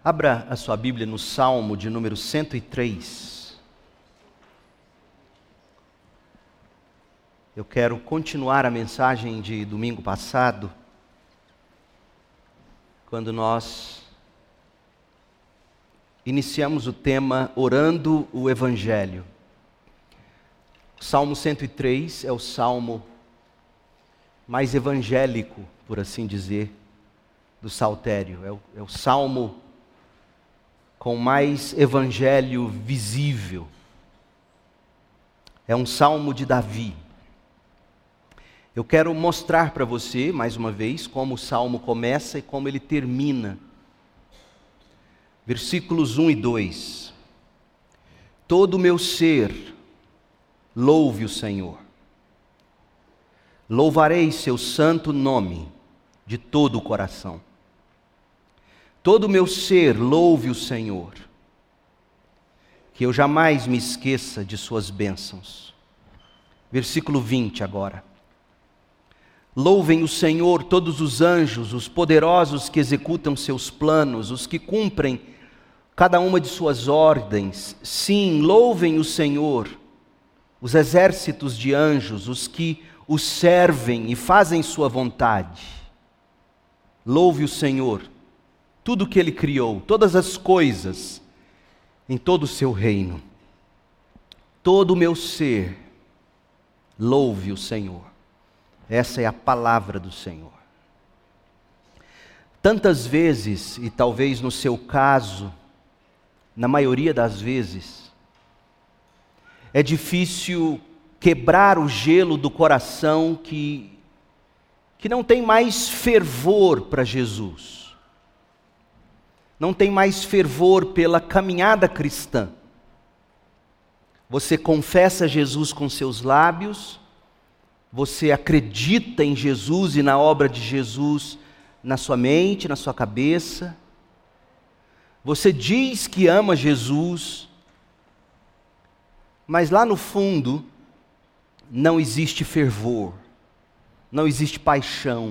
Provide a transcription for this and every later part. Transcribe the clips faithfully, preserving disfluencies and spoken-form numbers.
Abra a sua Bíblia no Salmo de número cento e três. Eu quero continuar a mensagem de domingo passado, quando nós iniciamos o tema Orando o Evangelho. O Salmo cento e três é o salmo mais evangélico, por assim dizer, do saltério. É o, é o salmo com mais evangelho visível. É um salmo de Davi. Eu quero mostrar para você, mais uma vez, como o salmo começa e como ele termina. Versículos um e dois. Todo o meu ser louve o Senhor. Louvarei seu santo nome de todo o coração. Todo o meu ser louve o Senhor. Que eu jamais me esqueça de suas bênçãos. Versículo vinte agora. Louvem o Senhor todos os anjos, os poderosos que executam seus planos, os que cumprem cada uma de suas ordens. Sim, louvem o Senhor, os exércitos de anjos, os que o servem e fazem sua vontade. Louve o Senhor, tudo que Ele criou, todas as coisas, em todo o seu reino. Todo o meu ser, louve o Senhor. Essa é a palavra do Senhor. Tantas vezes, e talvez no seu caso, na maioria das vezes, é difícil quebrar o gelo do coração que, que não tem mais fervor para Jesus. Não tem mais fervor pela caminhada cristã. Você confessa Jesus com seus lábios, você acredita em Jesus e na obra de Jesus na sua mente, na sua cabeça. Você diz que ama Jesus, mas lá no fundo não existe fervor, não existe paixão.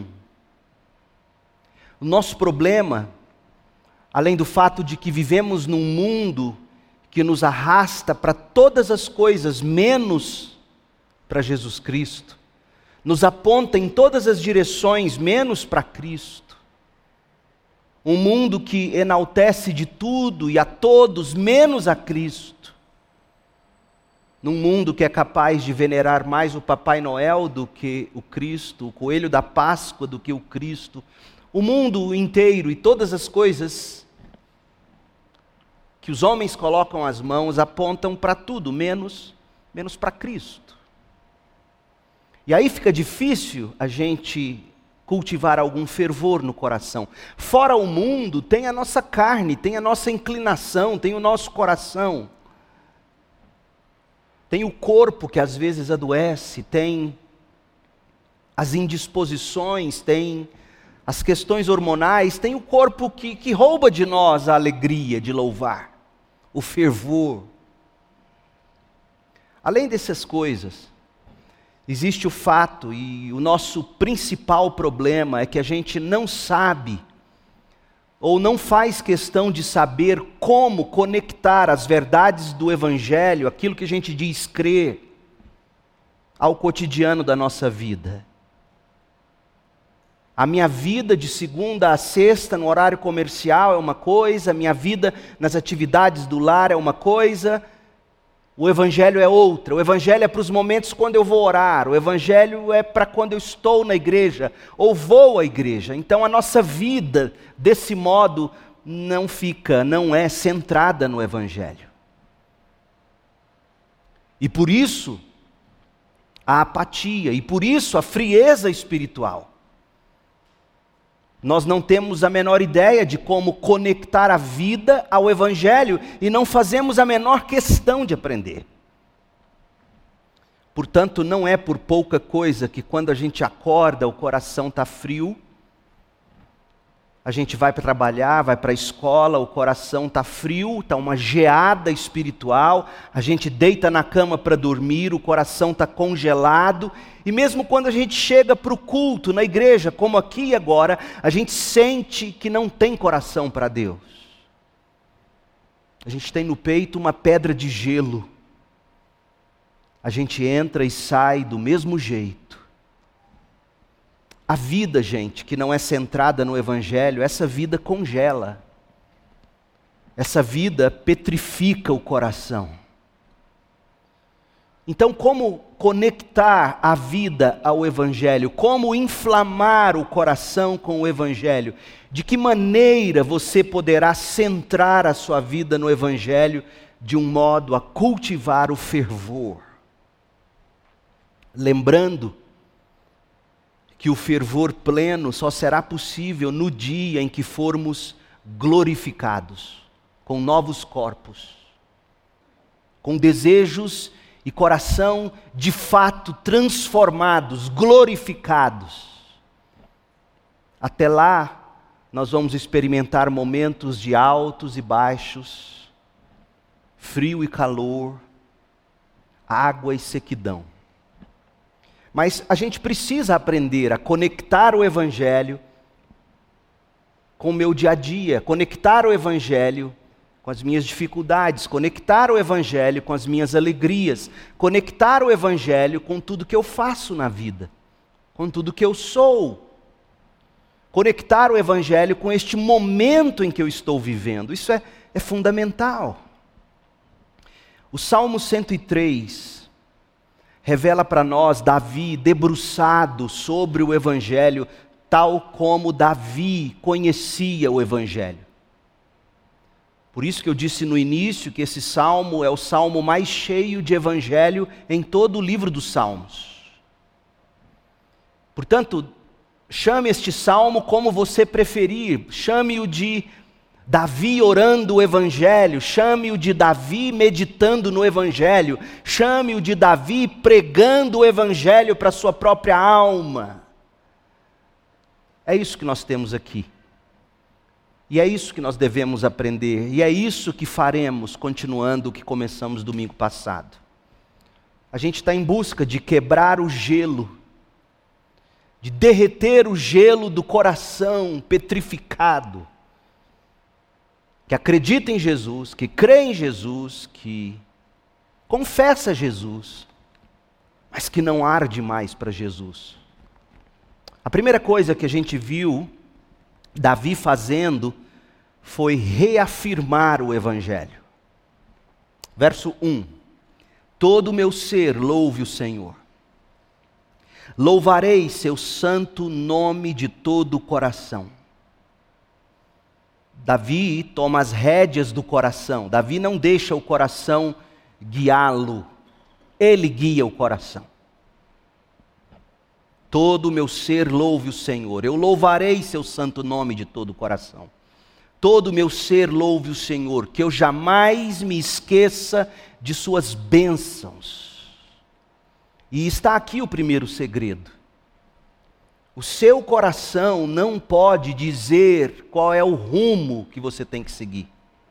O nosso problema, além do fato de que vivemos num mundo que nos arrasta para todas as coisas, menos para Jesus Cristo, nos aponta em todas as direções, menos para Cristo. Um mundo que enaltece de tudo e a todos, menos a Cristo. Num mundo que é capaz de venerar mais o Papai Noel do que o Cristo, o Coelho da Páscoa do que o Cristo. O mundo inteiro e todas as coisas que os homens colocam as mãos apontam para tudo, menos, menos para Cristo. E aí fica difícil a gente cultivar algum fervor no coração. Fora o mundo, tem a nossa carne, tem a nossa inclinação, tem o nosso coração. Tem o corpo que às vezes adoece, tem as indisposições, tem as questões hormonais, tem o corpo que, que rouba de nós a alegria de louvar, o fervor. Além dessas coisas, existe o fato, e o nosso principal problema é que a gente não sabe, ou não faz questão de saber como conectar as verdades do Evangelho, aquilo que a gente diz crer, ao cotidiano da nossa vida. A minha vida de segunda a sexta no horário comercial é uma coisa, a minha vida nas atividades do lar é uma coisa, o Evangelho é outra. O Evangelho é para os momentos quando eu vou orar, o Evangelho é para quando eu estou na igreja, ou vou à igreja. Então a nossa vida, desse modo, não fica, não é centrada no Evangelho. E por isso, a apatia, e por isso a frieza espiritual. Nós não temos a menor ideia de como conectar a vida ao Evangelho e não fazemos a menor questão de aprender. Portanto, não é por pouca coisa que quando a gente acorda o coração está frio, a gente vai para trabalhar, vai para a escola, o coração está frio, está uma geada espiritual, a gente deita na cama para dormir, o coração está congelado, e mesmo quando a gente chega para o culto na igreja, como aqui e agora, a gente sente que não tem coração para Deus. A gente tem no peito uma pedra de gelo. A gente entra e sai do mesmo jeito. A vida, gente, que não é centrada no Evangelho, essa vida congela. Essa vida petrifica o coração. Então, como conectar a vida ao Evangelho? Como inflamar o coração com o Evangelho? De que maneira você poderá centrar a sua vida no Evangelho de um modo a cultivar o fervor? Lembrando que o fervor pleno só será possível no dia em que formos glorificados, com novos corpos, com desejos e coração de fato transformados, glorificados. Até lá, nós vamos experimentar momentos de altos e baixos, frio e calor, água e sequidão. Mas a gente precisa aprender a conectar o Evangelho com o meu dia a dia, conectar o Evangelho com as minhas dificuldades, conectar o Evangelho com as minhas alegrias, conectar o Evangelho com tudo que eu faço na vida, com tudo que eu sou. Conectar o Evangelho com este momento em que eu estou vivendo, isso é, é fundamental. O Salmo cento e três revela para nós Davi debruçado sobre o Evangelho, tal como Davi conhecia o Evangelho. Por isso que eu disse no início que esse salmo é o salmo mais cheio de Evangelho em todo o livro dos Salmos. Portanto, chame este salmo como você preferir, chame-o de Davi orando o Evangelho, chame-o de Davi meditando no Evangelho, chame-o de Davi pregando o Evangelho para a sua própria alma. É isso que nós temos aqui. E é isso que nós devemos aprender, e é isso que faremos continuando o que começamos domingo passado. A gente está em busca de quebrar o gelo, de derreter o gelo do coração petrificado, que acredita em Jesus, que crê em Jesus, que confessa Jesus, mas que não arde mais para Jesus. A primeira coisa que a gente viu Davi fazendo foi reafirmar o Evangelho. Verso um: todo o meu ser louve o Senhor. Louvarei seu santo nome de todo o coração. Davi toma as rédeas do coração. Davi não deixa o coração guiá-lo. Ele guia o coração. Todo o meu ser louve o Senhor. Eu louvarei seu santo nome de todo o coração. Todo o meu ser louve o Senhor. Que eu jamais me esqueça de suas bênçãos. E está aqui o primeiro segredo. O seu coração não pode dizer qual é o rumo que você tem que seguir.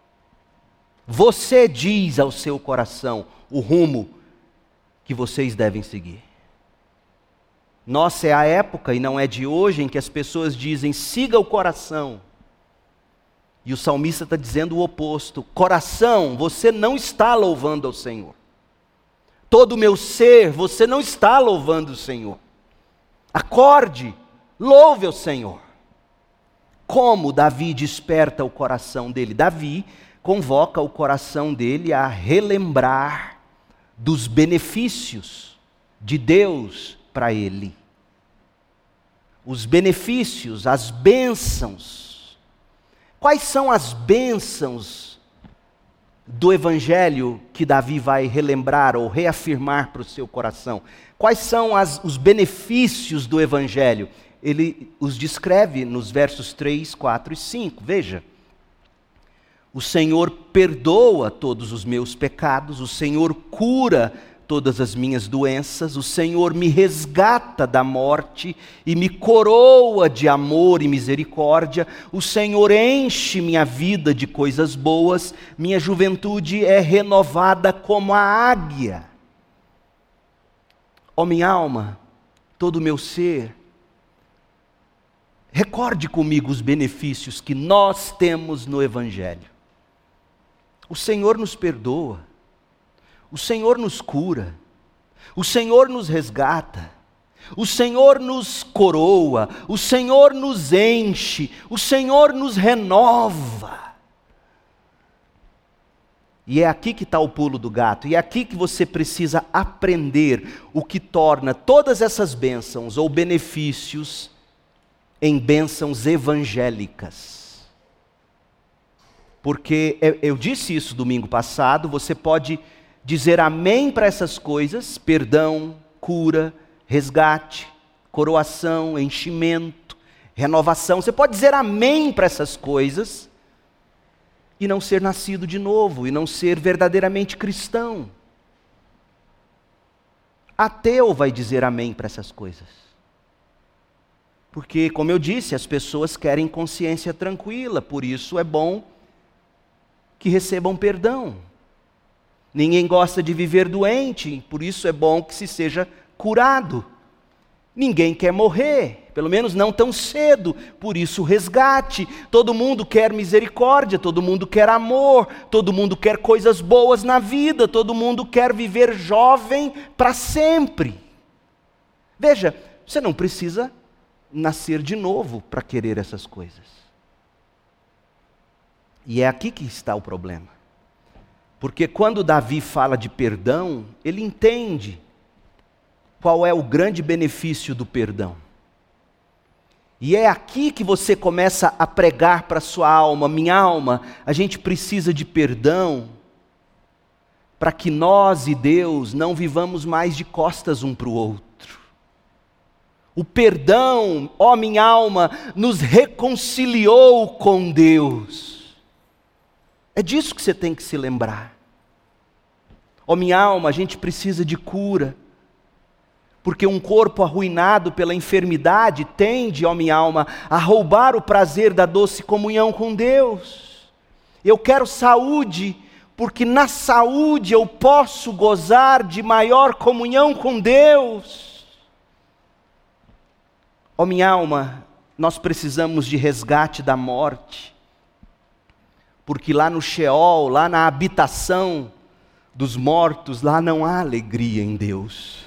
Você diz ao seu coração o rumo que vocês devem seguir. Nossa, é a época, e não é de hoje, em que as pessoas dizem, siga o coração. E o salmista está dizendo o oposto. Coração, você não está louvando ao Senhor. Todo o meu ser, você não está louvando o Senhor. Acorde, louve ao Senhor. Como Davi desperta o coração dele? Davi convoca o coração dele a relembrar dos benefícios de Deus para ele. Os benefícios, as bênçãos. Quais são as bênçãos do Evangelho que Davi vai relembrar ou reafirmar para o seu coração? Quais são as, os benefícios do Evangelho? Ele os descreve nos versos três, quatro e cinco. Veja. O Senhor perdoa todos os meus pecados, o Senhor cura todas as minhas doenças, o Senhor me resgata da morte e me coroa de amor e misericórdia, o Senhor enche minha vida de coisas boas, minha juventude é renovada como a águia. Ó minha alma, todo o meu ser, recorde comigo os benefícios que nós temos no Evangelho. O Senhor nos perdoa, o Senhor nos cura, o Senhor nos resgata, o Senhor nos coroa, o Senhor nos enche, o Senhor nos renova. E é aqui que está o pulo do gato, e é aqui que você precisa aprender o que torna todas essas bênçãos ou benefícios em bênçãos evangélicas. Porque eu disse isso domingo passado, você pode dizer amém para essas coisas, perdão, cura, resgate, coroação, enchimento, renovação. Você pode dizer amém para essas coisas e não ser nascido de novo, e não ser verdadeiramente cristão. Ateu vai dizer amém para essas coisas. Porque, como eu disse, as pessoas querem consciência tranquila, por isso é bom que recebam perdão. Ninguém gosta de viver doente, por isso é bom que se seja curado. Ninguém quer morrer, pelo menos não tão cedo, por isso resgate. Todo mundo quer misericórdia, todo mundo quer amor, todo mundo quer coisas boas na vida, todo mundo quer viver jovem para sempre. Veja, você não precisa nascer de novo para querer essas coisas. E é aqui que está o problema. Porque quando Davi fala de perdão, ele entende qual é o grande benefício do perdão. E é aqui que você começa a pregar para a sua alma: minha alma, a gente precisa de perdão para que nós e Deus não vivamos mais de costas um para o outro. O perdão, ó minha alma, nos reconciliou com Deus. É disso que você tem que se lembrar. Ó minha alma, a gente precisa de cura. Porque um corpo arruinado pela enfermidade tende, ó minha alma, a roubar o prazer da doce comunhão com Deus. Eu quero saúde, porque na saúde eu posso gozar de maior comunhão com Deus. Ó minha alma, nós precisamos de resgate da morte. Porque lá no Sheol, lá na habitação dos mortos, lá não há alegria em Deus.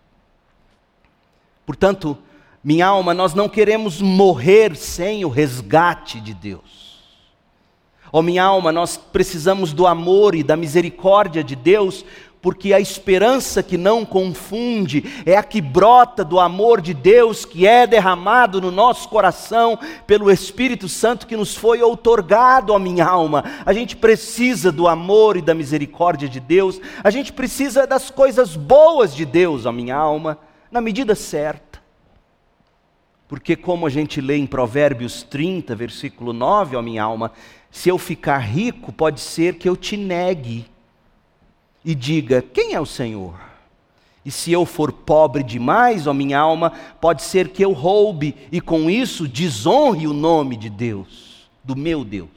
Portanto, minha alma, nós não queremos morrer sem o resgate de Deus. Ó minha alma, nós precisamos do amor e da misericórdia de Deus, porque a esperança que não confunde é a que brota do amor de Deus, que é derramado no nosso coração pelo Espírito Santo que nos foi outorgado, ó minha alma. A gente precisa do amor e da misericórdia de Deus, a gente precisa das coisas boas de Deus, ó minha alma, na medida certa. Porque como a gente lê em Provérbios trinta, versículo nove, ó minha alma, se eu ficar rico, pode ser que eu te negue e diga, quem é o Senhor? E se eu for pobre demais, ó minha alma, pode ser que eu roube e com isso desonre o nome de Deus, do meu Deus.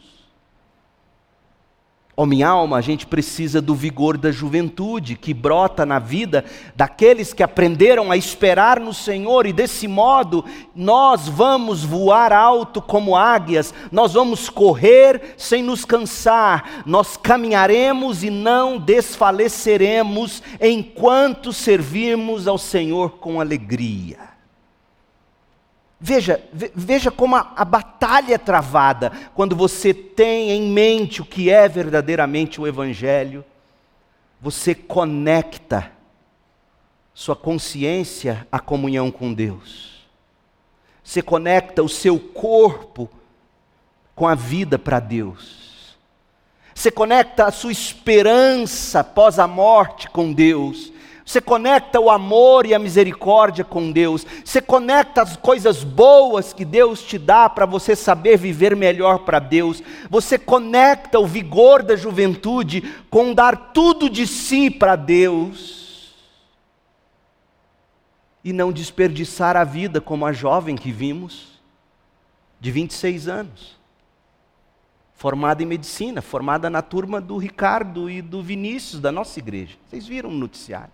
Ó minha alma, a gente precisa do vigor da juventude que brota na vida daqueles que aprenderam a esperar no Senhor, e desse modo nós vamos voar alto como águias, nós vamos correr sem nos cansar, nós caminharemos e não desfaleceremos enquanto servirmos ao Senhor com alegria. Veja, veja como a, a batalha é travada quando você tem em mente o que é verdadeiramente o Evangelho. Você conecta sua consciência à comunhão com Deus. Você conecta o seu corpo com a vida para Deus. Você conecta a sua esperança após a morte com Deus. Você conecta o amor e a misericórdia com Deus. Você conecta as coisas boas que Deus te dá para você saber viver melhor para Deus. Você conecta o vigor da juventude com dar tudo de si para Deus. E não desperdiçar a vida como a jovem que vimos, de vinte e seis anos. Formada em medicina, formada na turma do Ricardo e do Vinícius, da nossa igreja. Vocês viram no noticiário.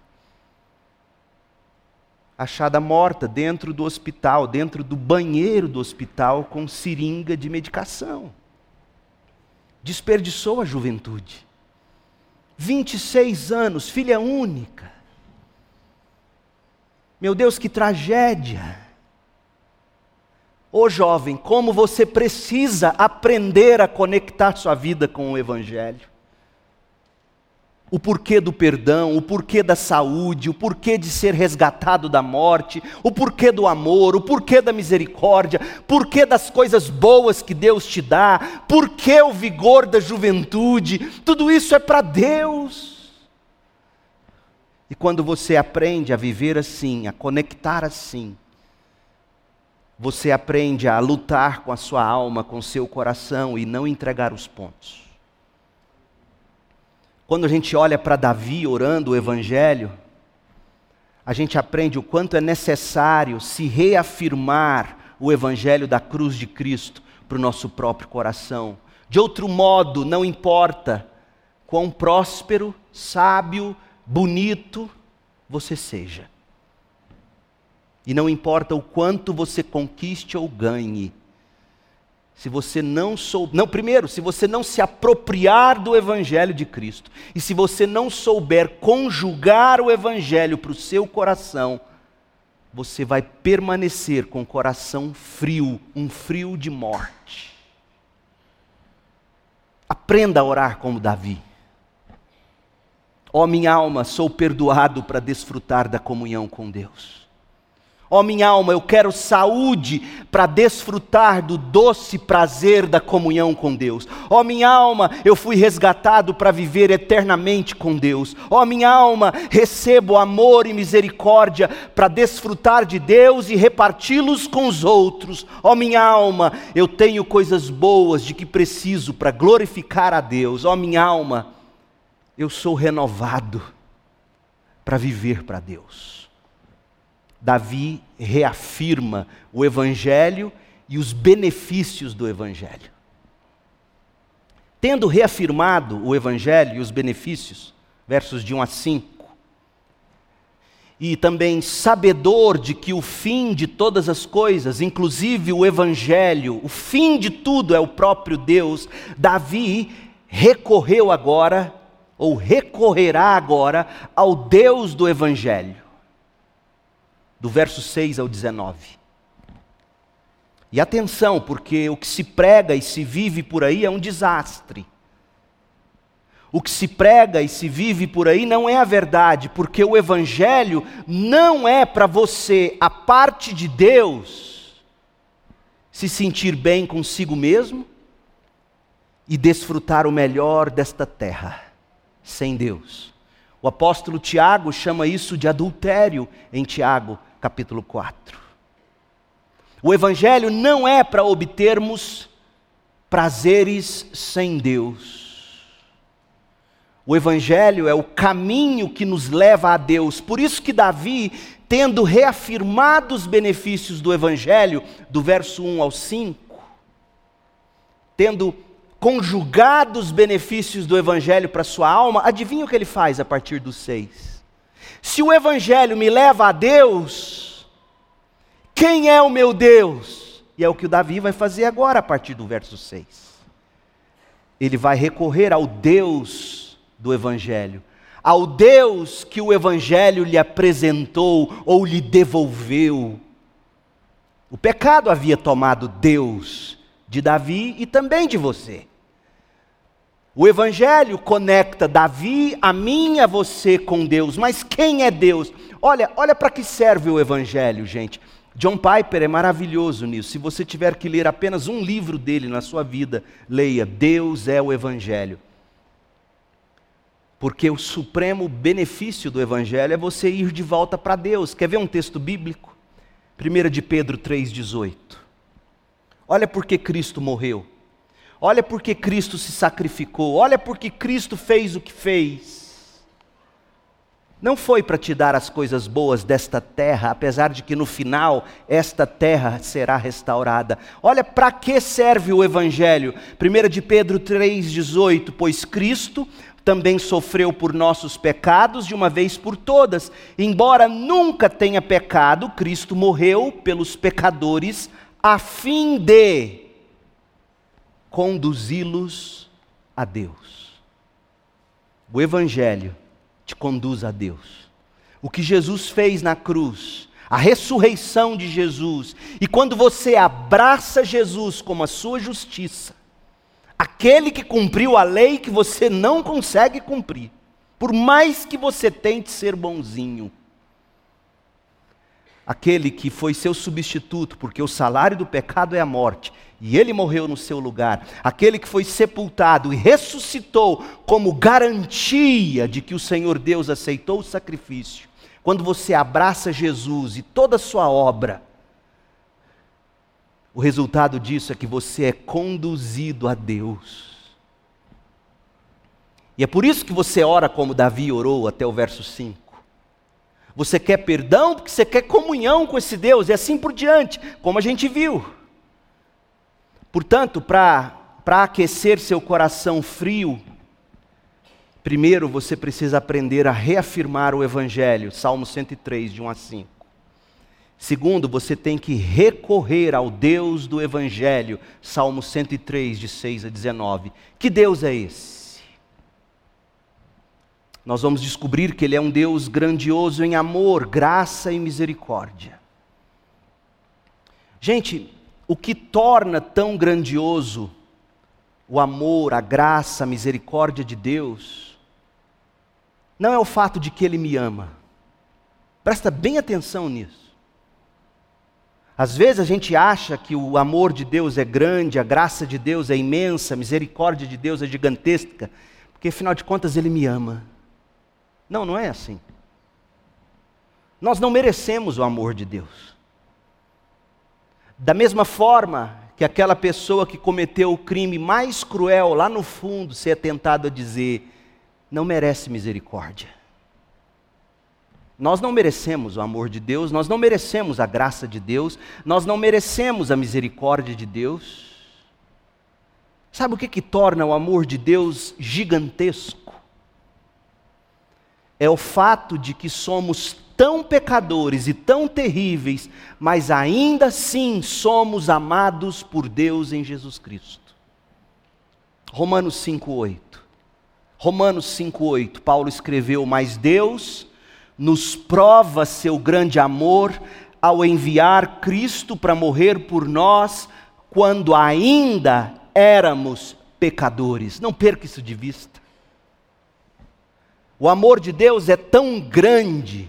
Achada morta dentro do hospital, dentro do banheiro do hospital, com seringa de medicação. Desperdiçou a juventude. vinte e seis anos, filha única. Meu Deus, que tragédia. Ô jovem, como você precisa aprender a conectar sua vida com o Evangelho. O porquê do perdão, o porquê da saúde, o porquê de ser resgatado da morte, o porquê do amor, o porquê da misericórdia, porquê das coisas boas que Deus te dá, porquê o vigor da juventude, tudo isso é para Deus. E quando você aprende a viver assim, a conectar assim, você aprende a lutar com a sua alma, com o seu coração e não entregar os pontos. Quando a gente olha para Davi orando o Evangelho, a gente aprende o quanto é necessário se reafirmar o Evangelho da cruz de Cristo para o nosso próprio coração. De outro modo, não importa quão próspero, sábio, bonito você seja. E não importa o quanto você conquiste ou ganhe. Se você não souber, não, primeiro, se você não se apropriar do Evangelho de Cristo, e se você não souber conjugar o Evangelho para o seu coração, você vai permanecer com o coração frio, um frio de morte. Aprenda a orar como Davi. Ó minha alma, sou perdoado para desfrutar da comunhão com Deus. Ó minha alma, eu quero saúde para desfrutar do doce prazer da comunhão com Deus. Ó minha alma, eu fui resgatado para viver eternamente com Deus. Ó minha alma, recebo amor e misericórdia para desfrutar de Deus e reparti-los com os outros. Ó minha alma, eu tenho coisas boas de que preciso para glorificar a Deus. Ó minha alma, eu sou renovado para viver para Deus. Davi reafirma o Evangelho e os benefícios do Evangelho. Tendo reafirmado o Evangelho e os benefícios, versos de um a cinco, e também sabedor de que o fim de todas as coisas, inclusive o Evangelho, o fim de tudo é o próprio Deus, Davi recorreu agora, ou recorrerá agora, ao Deus do Evangelho. Do verso seis ao dezenove. E atenção, porque o que se prega e se vive por aí é um desastre. O que se prega e se vive por aí não é a verdade, porque o Evangelho não é para você, a parte de Deus, se sentir bem consigo mesmo e desfrutar o melhor desta terra, sem Deus. O apóstolo Tiago chama isso de adultério em Tiago, capítulo quatro. O Evangelho não é para obtermos prazeres sem Deus. O Evangelho é o caminho que nos leva a Deus. Por isso que Davi, tendo reafirmado os benefícios do Evangelho, do verso um ao cinco, tendo conjugado os benefícios do Evangelho para sua alma, adivinha o que ele faz a partir do seis? Se o Evangelho me leva a Deus, quem é o meu Deus? E é o que o Davi vai fazer agora a partir do verso seis. Ele vai recorrer ao Deus do Evangelho, ao Deus que o Evangelho lhe apresentou ou lhe devolveu. O pecado havia tomado Deus de Davi e também de você. O Evangelho conecta Davi, a mim e a você com Deus. Mas quem é Deus? Olha, olha para que serve o Evangelho, gente. John Piper é maravilhoso nisso. Se você tiver que ler apenas um livro dele na sua vida, leia Deus é o Evangelho. Porque o supremo benefício do Evangelho é você ir de volta para Deus. Quer ver um texto bíblico? primeira de Pedro três, dezoito. Olha por que Cristo morreu. Olha porque Cristo se sacrificou. Olha porque Cristo fez o que fez. Não foi para te dar as coisas boas desta terra, apesar de que no final esta terra será restaurada. Olha para que serve o Evangelho. primeira de Pedro três, dezoito. Pois Cristo também sofreu por nossos pecados de uma vez por todas. Embora nunca tenha pecado, Cristo morreu pelos pecadores a fim de conduzi-los a Deus. O Evangelho te conduz a Deus. O que Jesus fez na cruz, a ressurreição de Jesus, e quando você abraça Jesus como a sua justiça, aquele que cumpriu a lei que você não consegue cumprir, por mais que você tente ser bonzinho, aquele que foi seu substituto, porque o salário do pecado é a morte, e ele morreu no seu lugar, aquele que foi sepultado e ressuscitou como garantia de que o Senhor Deus aceitou o sacrifício. Quando você abraça Jesus e toda a sua obra, o resultado disso é que você é conduzido a Deus. E é por isso que você ora como Davi orou até o verso cinco. Você quer perdão porque você quer comunhão com esse Deus, e assim por diante, como a gente viu. Portanto, para para aquecer seu coração frio, primeiro você precisa aprender a reafirmar o Evangelho, Salmo cento e três, de um a cinco. Segundo, você tem que recorrer ao Deus do Evangelho, Salmo cento e três, de seis a dezenove. Que Deus é esse? Nós vamos descobrir que Ele é um Deus grandioso em amor, graça e misericórdia. Gente, o que torna tão grandioso o amor, a graça, a misericórdia de Deus, não é o fato de que Ele me ama. Presta bem atenção nisso. Às vezes a gente acha que o amor de Deus é grande, a graça de Deus é imensa, a misericórdia de Deus é gigantesca, porque afinal de contas Ele me ama. Não, não é assim. Nós não merecemos o amor de Deus. Da mesma forma que aquela pessoa que cometeu o crime mais cruel, lá no fundo, se é tentado a dizer, não merece misericórdia. Nós não merecemos o amor de Deus, nós não merecemos a graça de Deus, nós não merecemos a misericórdia de Deus. Sabe o que que torna o amor de Deus gigantesco? É o fato de que somos tão pecadores e tão terríveis, mas ainda assim somos amados por Deus em Jesus Cristo. Romanos cinco, oito. Romanos cinco, oito, Paulo escreveu, mas Deus nos prova seu grande amor ao enviar Cristo para morrer por nós, quando ainda éramos pecadores. Não perca isso de vista. O amor de Deus é tão grande,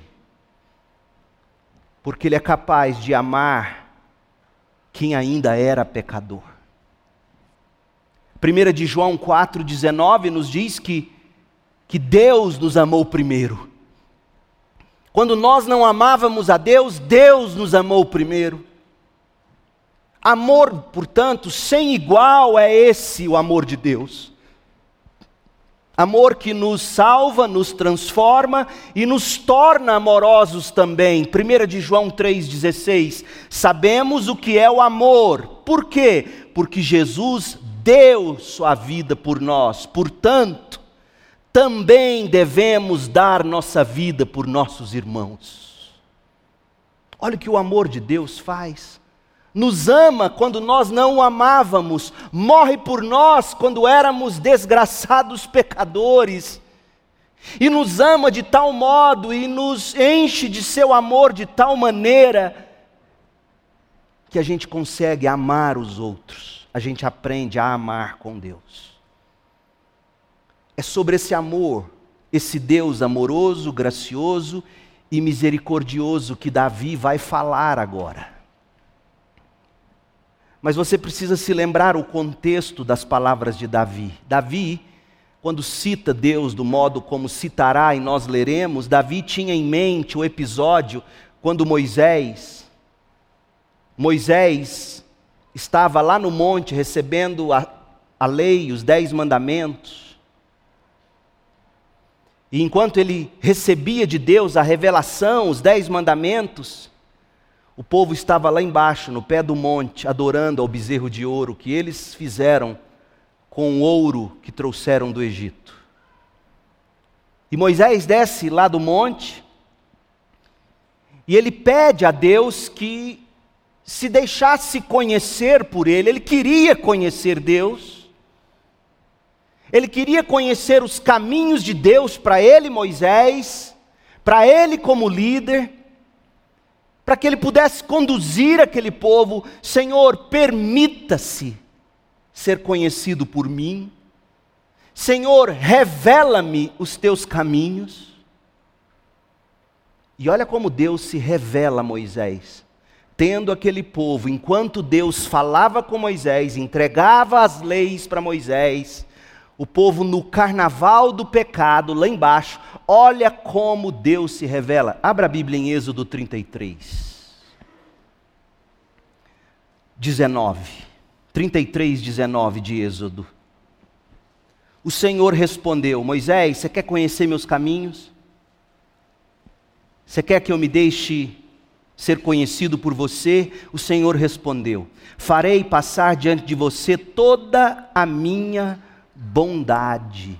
porque Ele é capaz de amar quem ainda era pecador. primeira de João quatro, dezenove nos diz que, que Deus nos amou primeiro. Quando nós não amávamos a Deus, Deus nos amou primeiro. Amor, portanto, sem igual é esse o amor de Deus. Amor que nos salva, nos transforma e nos torna amorosos também. primeira de João três, dezesseis. Sabemos o que é o amor. Por quê? Porque Jesus deu sua vida por nós. Portanto, também devemos dar nossa vida por nossos irmãos. Olha o que o amor de Deus faz. Nos ama quando nós não o amávamos, morre por nós quando éramos desgraçados pecadores, e nos ama de tal modo e nos enche de seu amor de tal maneira que a gente consegue amar os outros, a gente aprende a amar com Deus. É sobre esse amor, esse Deus amoroso, gracioso e misericordioso que Davi vai falar agora. Mas você precisa se lembrar o contexto das palavras de Davi. Davi, quando cita Deus do modo como citará e nós leremos, Davi tinha em mente o episódio quando Moisés, Moisés estava lá no monte recebendo a, a lei, os dez mandamentos. E enquanto ele recebia de Deus a revelação, os dez mandamentos, o povo estava lá embaixo, no pé do monte, adorando ao bezerro de ouro que eles fizeram com o ouro que trouxeram do Egito. E Moisés desce lá do monte e ele pede a Deus que se deixasse conhecer por ele. Ele queria conhecer Deus. ele queria conhecer os caminhos de Deus para ele, Moisés, para ele como líder, para que ele pudesse conduzir aquele povo. Senhor, permita-se ser conhecido por mim. Senhor, revela-me os teus caminhos. E olha como Deus se revela a Moisés. Tendo aquele povo, enquanto Deus falava com Moisés, entregava as leis para Moisés, o povo no carnaval do pecado, lá embaixo, olha como Deus se revela. Abra a Bíblia em Êxodo trinta e três. dezenove. trinta e três, dezenove de Êxodo. O Senhor respondeu: Moisés, você quer conhecer meus caminhos? Você quer que eu me deixe ser conhecido por você? O Senhor respondeu: farei passar diante de você toda a minha bondade,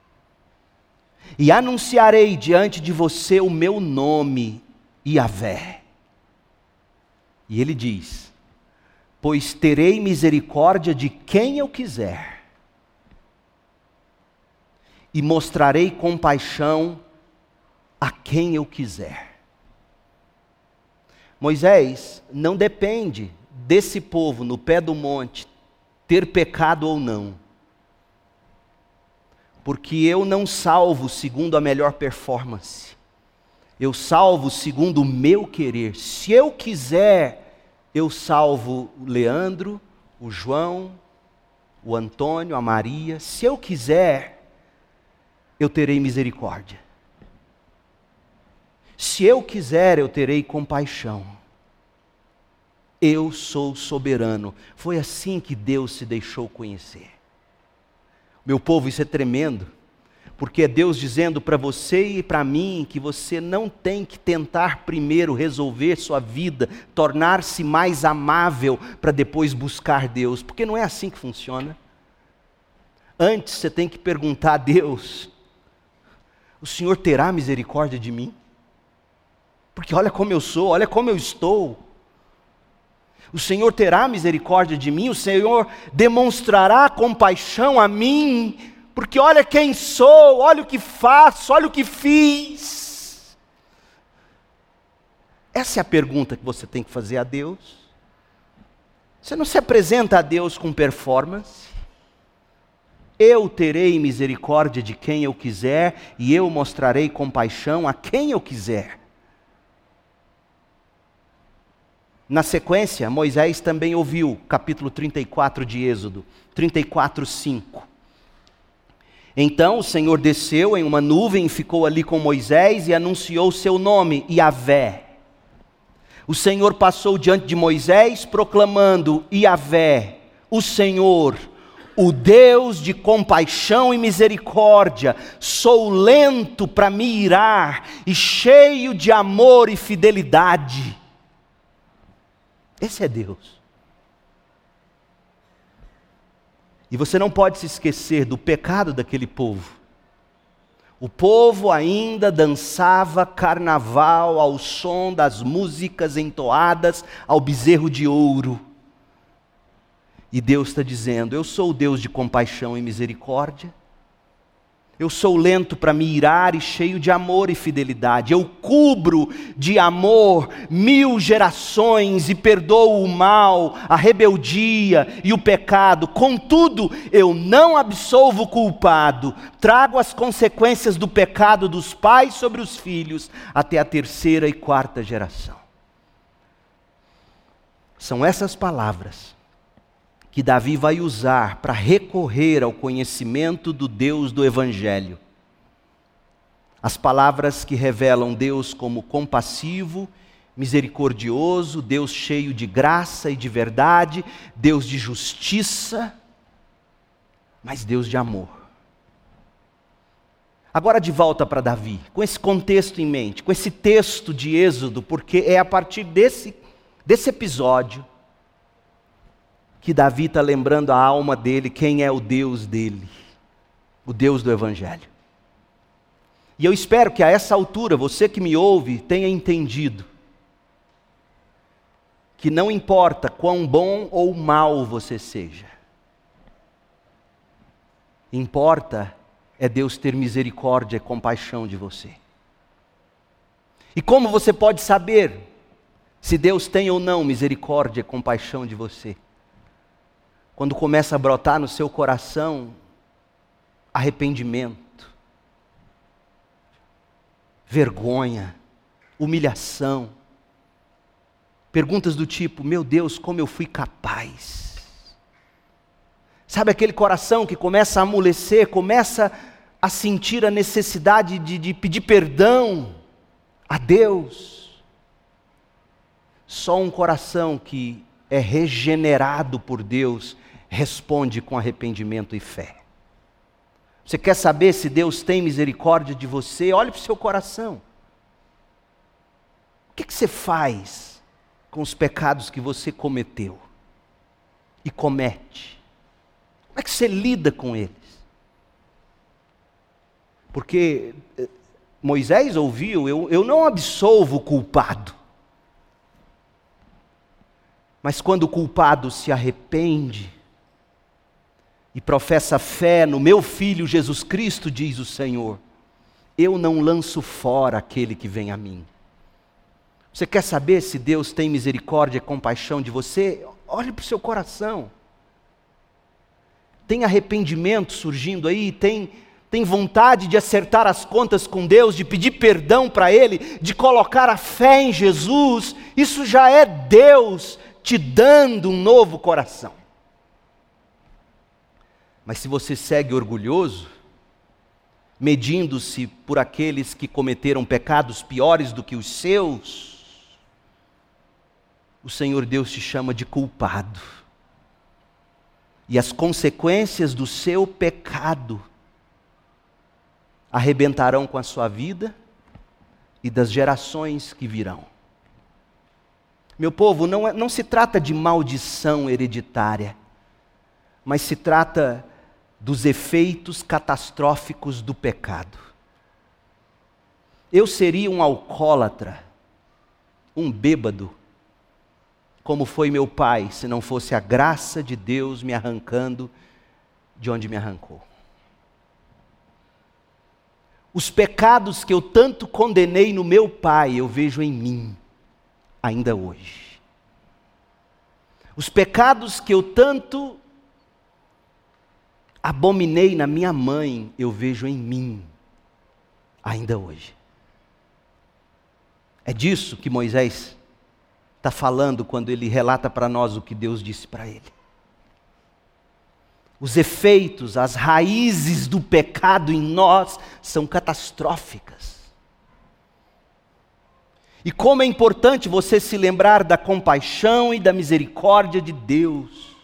e anunciarei diante de você o meu nome, Yahvé. E ele diz: pois terei misericórdia de quem eu quiser, e mostrarei compaixão a quem eu quiser. Moisés não depende desse povo no pé do monte ter pecado ou não, porque eu não salvo segundo a melhor performance, eu salvo segundo o meu querer. Se eu quiser, eu salvo o Leandro, o João, o Antônio, a Maria. Se eu quiser, eu terei misericórdia. Se eu quiser, eu terei compaixão. Eu sou soberano. Foi assim que Deus se deixou conhecer. Meu povo, isso é tremendo, porque é Deus dizendo para você e para mim que você não tem que tentar primeiro resolver sua vida, tornar-se mais amável para depois buscar Deus, porque não é assim que funciona. Antes você tem que perguntar a Deus: o Senhor terá misericórdia de mim? Porque olha como eu sou, olha como eu estou. O Senhor terá misericórdia de mim, o Senhor demonstrará compaixão a mim, porque olha quem sou, olha o que faço, olha o que fiz. Essa é a pergunta que você tem que fazer a Deus. Você não se apresenta a Deus com performance. Eu terei misericórdia de quem eu quiser, e eu mostrarei compaixão a quem eu quiser. Na sequência, Moisés também ouviu, capítulo trinta e quatro de Êxodo, trinta e quatro, cinco. Então o Senhor desceu em uma nuvem e ficou ali com Moisés e anunciou o seu nome, Yahvé. O Senhor passou diante de Moisés proclamando: Yahvé, o Senhor, o Deus de compaixão e misericórdia, sou lento para me irar e cheio de amor e fidelidade. Esse é Deus. E você não pode se esquecer do pecado daquele povo. O povo ainda dançava carnaval ao som das músicas entoadas ao bezerro de ouro. E Deus está dizendo: eu sou o Deus de compaixão e misericórdia. Eu sou lento para me irar e cheio de amor e fidelidade. Eu cubro de amor mil gerações e perdoo o mal, a rebeldia e o pecado. Contudo, eu não absolvo o culpado. Trago as consequências do pecado dos pais sobre os filhos até a terceira e quarta geração. São essas palavras que Davi vai usar para recorrer ao conhecimento do Deus do Evangelho. As palavras que revelam Deus como compassivo, misericordioso, Deus cheio de graça e de verdade, Deus de justiça, mas Deus de amor. Agora de volta para Davi, com esse contexto em mente, com esse texto de Êxodo, porque é a partir desse, desse episódio que Davi está lembrando a alma dele quem é o Deus dele, o Deus do Evangelho. E eu espero que a essa altura, você que me ouve, tenha entendido que não importa quão bom ou mal você seja, Importa é Deus ter misericórdia e compaixão de você. E como você pode saber se Deus tem ou não misericórdia e compaixão de você? Quando começa a brotar no seu coração arrependimento, vergonha, humilhação, perguntas do tipo: meu Deus, como eu fui capaz? Sabe aquele coração que começa a amolecer, começa a sentir a necessidade de, de pedir perdão a Deus? Só um coração que é regenerado por Deus responde com arrependimento e fé. Você quer saber se Deus tem misericórdia de você? Olhe para o seu coração. O que, que você faz com os pecados que você cometeu e comete? Como é que você lida com eles? Porque Moisés ouviu: eu, eu não absolvo o culpado. Mas quando o culpado se arrepende e professa fé no meu Filho Jesus Cristo, diz o Senhor, eu não lanço fora aquele que vem a mim. Você quer saber se Deus tem misericórdia e compaixão de você? Olhe para o seu coração. Tem arrependimento surgindo aí? Tem, tem vontade de acertar as contas com Deus, de pedir perdão para Ele, de colocar a fé em Jesus? Isso já é Deus te dando um novo coração. Mas se você segue orgulhoso, medindo-se por aqueles que cometeram pecados piores do que os seus, o Senhor Deus te chama de culpado. E as consequências do seu pecado arrebentarão com a sua vida e das gerações que virão. Meu povo, não, é, não se trata de maldição hereditária, mas se trata dos efeitos catastróficos do pecado. Eu seria um alcoólatra, um bêbado, como foi meu pai, se não fosse a graça de Deus me arrancando de onde me arrancou. Os pecados que eu tanto condenei no meu pai, eu vejo em mim, ainda hoje. Os pecados que eu tanto abominei na minha mãe, eu vejo em mim, ainda hoje. É disso que Moisés está falando quando ele relata para nós o que Deus disse para ele. Os efeitos, as raízes do pecado em nós são catastróficas. E como é importante você se lembrar da compaixão e da misericórdia de Deus.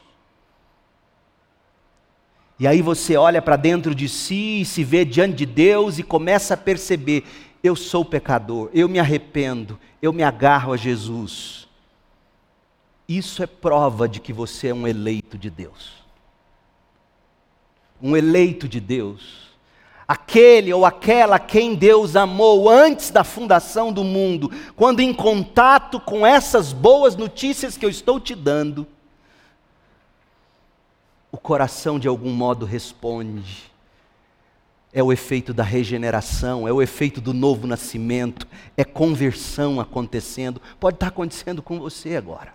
E aí você olha para dentro de si e se vê diante de Deus e começa a perceber: eu sou pecador, eu me arrependo, eu me agarro a Jesus. Isso é prova de que você é um eleito de Deus. Um eleito de Deus. Aquele ou aquela a quem Deus amou antes da fundação do mundo, quando em contato com essas boas notícias que eu estou te dando, o coração de algum modo responde. É o efeito da regeneração, é o efeito do novo nascimento, é conversão acontecendo. Pode estar acontecendo com você agora.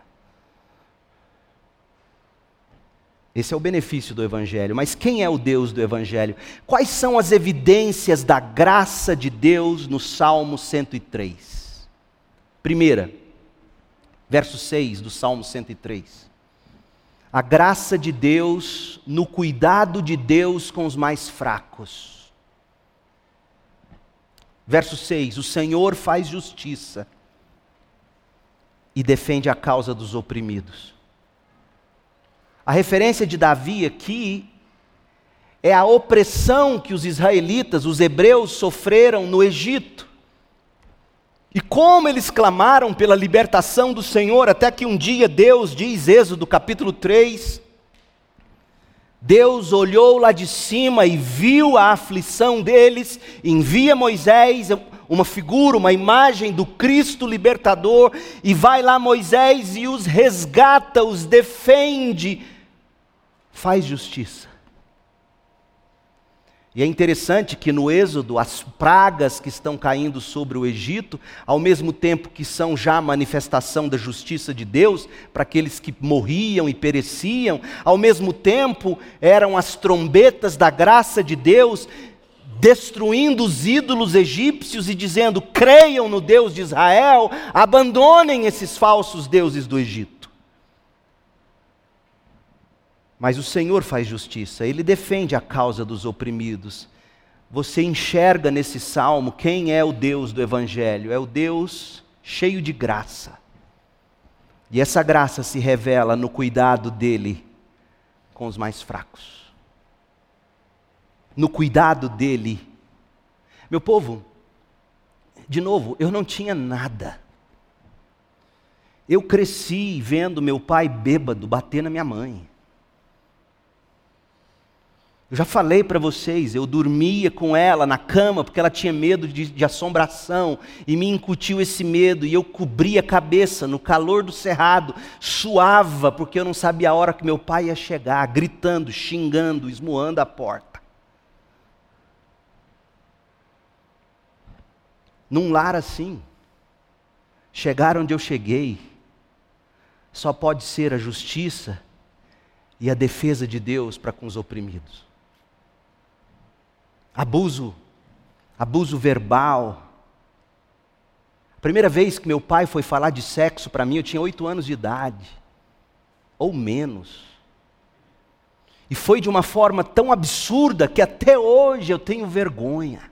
Esse é o benefício do Evangelho. Mas quem é o Deus do Evangelho? Quais são as evidências da graça de Deus no Salmo cento e três? Primeira, verso seis do Salmo cento e três. A graça de Deus no cuidado de Deus com os mais fracos. Verso seis, o Senhor faz justiça e defende a causa dos oprimidos. A referência de Davi aqui é a opressão que os israelitas, os hebreus, sofreram no Egito. E como eles clamaram pela libertação do Senhor, até que um dia Deus, diz Êxodo capítulo três, Deus olhou lá de cima e viu a aflição deles, envia Moisés, uma figura, uma imagem do Cristo libertador, e vai lá Moisés e os resgata, os defende, faz justiça. E é interessante que no Êxodo, as pragas que estão caindo sobre o Egito, ao mesmo tempo que são já manifestação da justiça de Deus, para aqueles que morriam e pereciam, ao mesmo tempo eram as trombetas da graça de Deus, destruindo os ídolos egípcios e dizendo: creiam no Deus de Israel, abandonem esses falsos deuses do Egito. Mas o Senhor faz justiça, Ele defende a causa dos oprimidos. Você enxerga nesse salmo quem é o Deus do Evangelho? É o Deus cheio de graça. E essa graça se revela no cuidado dEle com os mais fracos. No cuidado dEle. Meu povo, de novo, eu não tinha nada. Eu cresci vendo meu pai bêbado bater na minha mãe. Eu já falei para vocês, eu dormia com ela na cama porque ela tinha medo de, de assombração e me incutiu esse medo e eu cobria a cabeça no calor do cerrado, suava porque eu não sabia a hora que meu pai ia chegar, gritando, xingando, esmoando a porta. Num lar assim, chegar onde eu cheguei, só pode ser a justiça e a defesa de Deus para com os oprimidos. Abuso, abuso verbal. A primeira vez que meu pai foi falar de sexo para mim, eu tinha oito anos de idade, ou menos. E foi de uma forma tão absurda que até hoje eu tenho vergonha.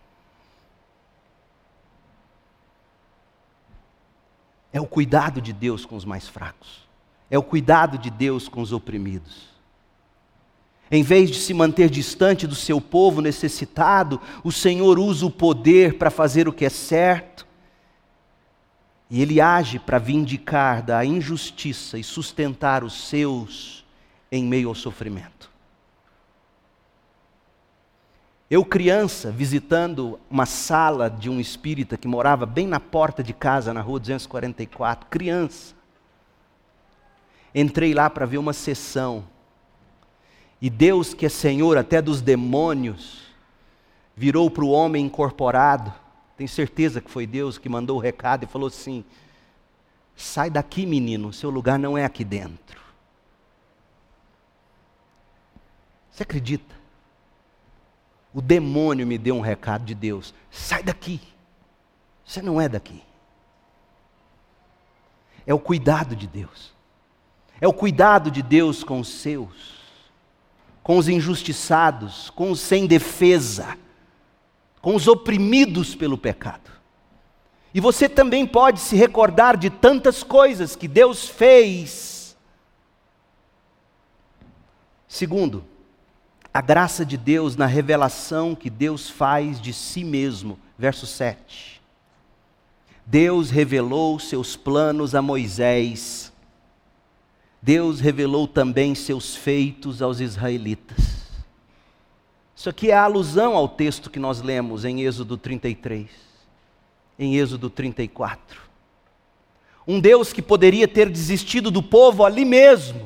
É o cuidado de Deus com os mais fracos. É o cuidado de Deus com os oprimidos. Em vez de se manter distante do seu povo necessitado, o Senhor usa o poder para fazer o que é certo. E Ele age para vindicar da injustiça e sustentar os seus em meio ao sofrimento. Eu, criança, visitando uma sala de um espírita que morava bem na porta de casa, na rua duzentos e quarenta e quatro, criança. Entrei lá para ver uma sessão. E Deus, que é Senhor até dos demônios, virou para o homem incorporado, tenho certeza que foi Deus que mandou o recado e falou assim: sai daqui, menino, seu lugar não é aqui dentro. Você acredita? O demônio me deu um recado de Deus: sai daqui, você não é daqui. É o cuidado de Deus, é o cuidado de Deus com os seus, com os injustiçados, com os sem defesa, com os oprimidos pelo pecado. E você também pode se recordar de tantas coisas que Deus fez. Segundo, a graça de Deus na revelação que Deus faz de si mesmo. Verso sete. Deus revelou seus planos a Moisés. Deus revelou também seus feitos aos israelitas. Isso aqui é a alusão ao texto que nós lemos em Êxodo trinta e três, em Êxodo trinta e quatro. Um Deus que poderia ter desistido do povo ali mesmo.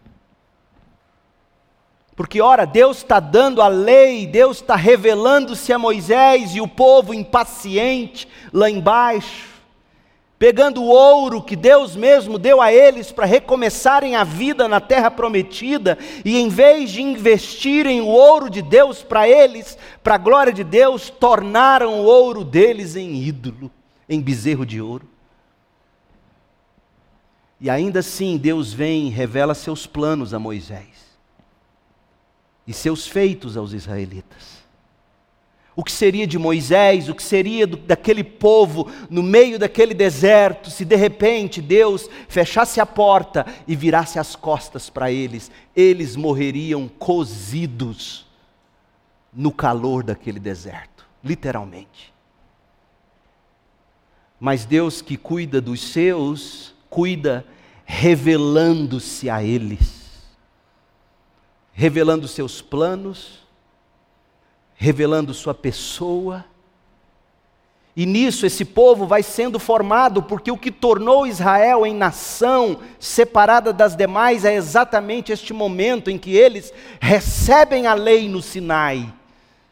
Porque, ora, Deus está dando a lei, Deus está revelando-se a Moisés e o povo impaciente lá embaixo, pegando o ouro que Deus mesmo deu a eles para recomeçarem a vida na terra prometida, e em vez de investirem o ouro de Deus para eles, para a glória de Deus, tornaram o ouro deles em ídolo, em bezerro de ouro. E ainda assim Deus vem e revela seus planos a Moisés, e seus feitos aos israelitas. O que seria de Moisés, o que seria do, daquele povo no meio daquele deserto, se de repente Deus fechasse a porta e virasse as costas para eles, eles morreriam cozidos no calor daquele deserto, literalmente. Mas Deus que cuida dos seus, cuida revelando-se a eles, revelando seus planos, revelando sua pessoa, e nisso esse povo vai sendo formado, porque o que tornou Israel em nação separada das demais é exatamente este momento em que eles recebem a lei no Sinai,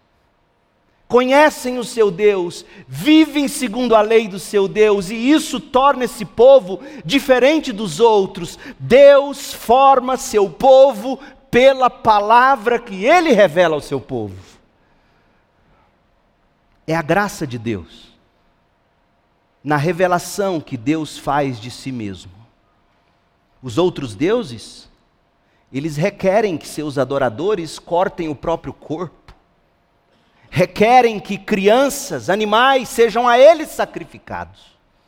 conhecem o seu Deus, vivem segundo a lei do seu Deus, e isso torna esse povo diferente dos outros. Deus forma seu povo pela palavra que Ele revela ao seu povo. É a graça de Deus, na revelação que Deus faz de si mesmo. Os outros deuses, eles requerem que seus adoradores cortem o próprio corpo, requerem que crianças, animais, sejam a eles sacrificados.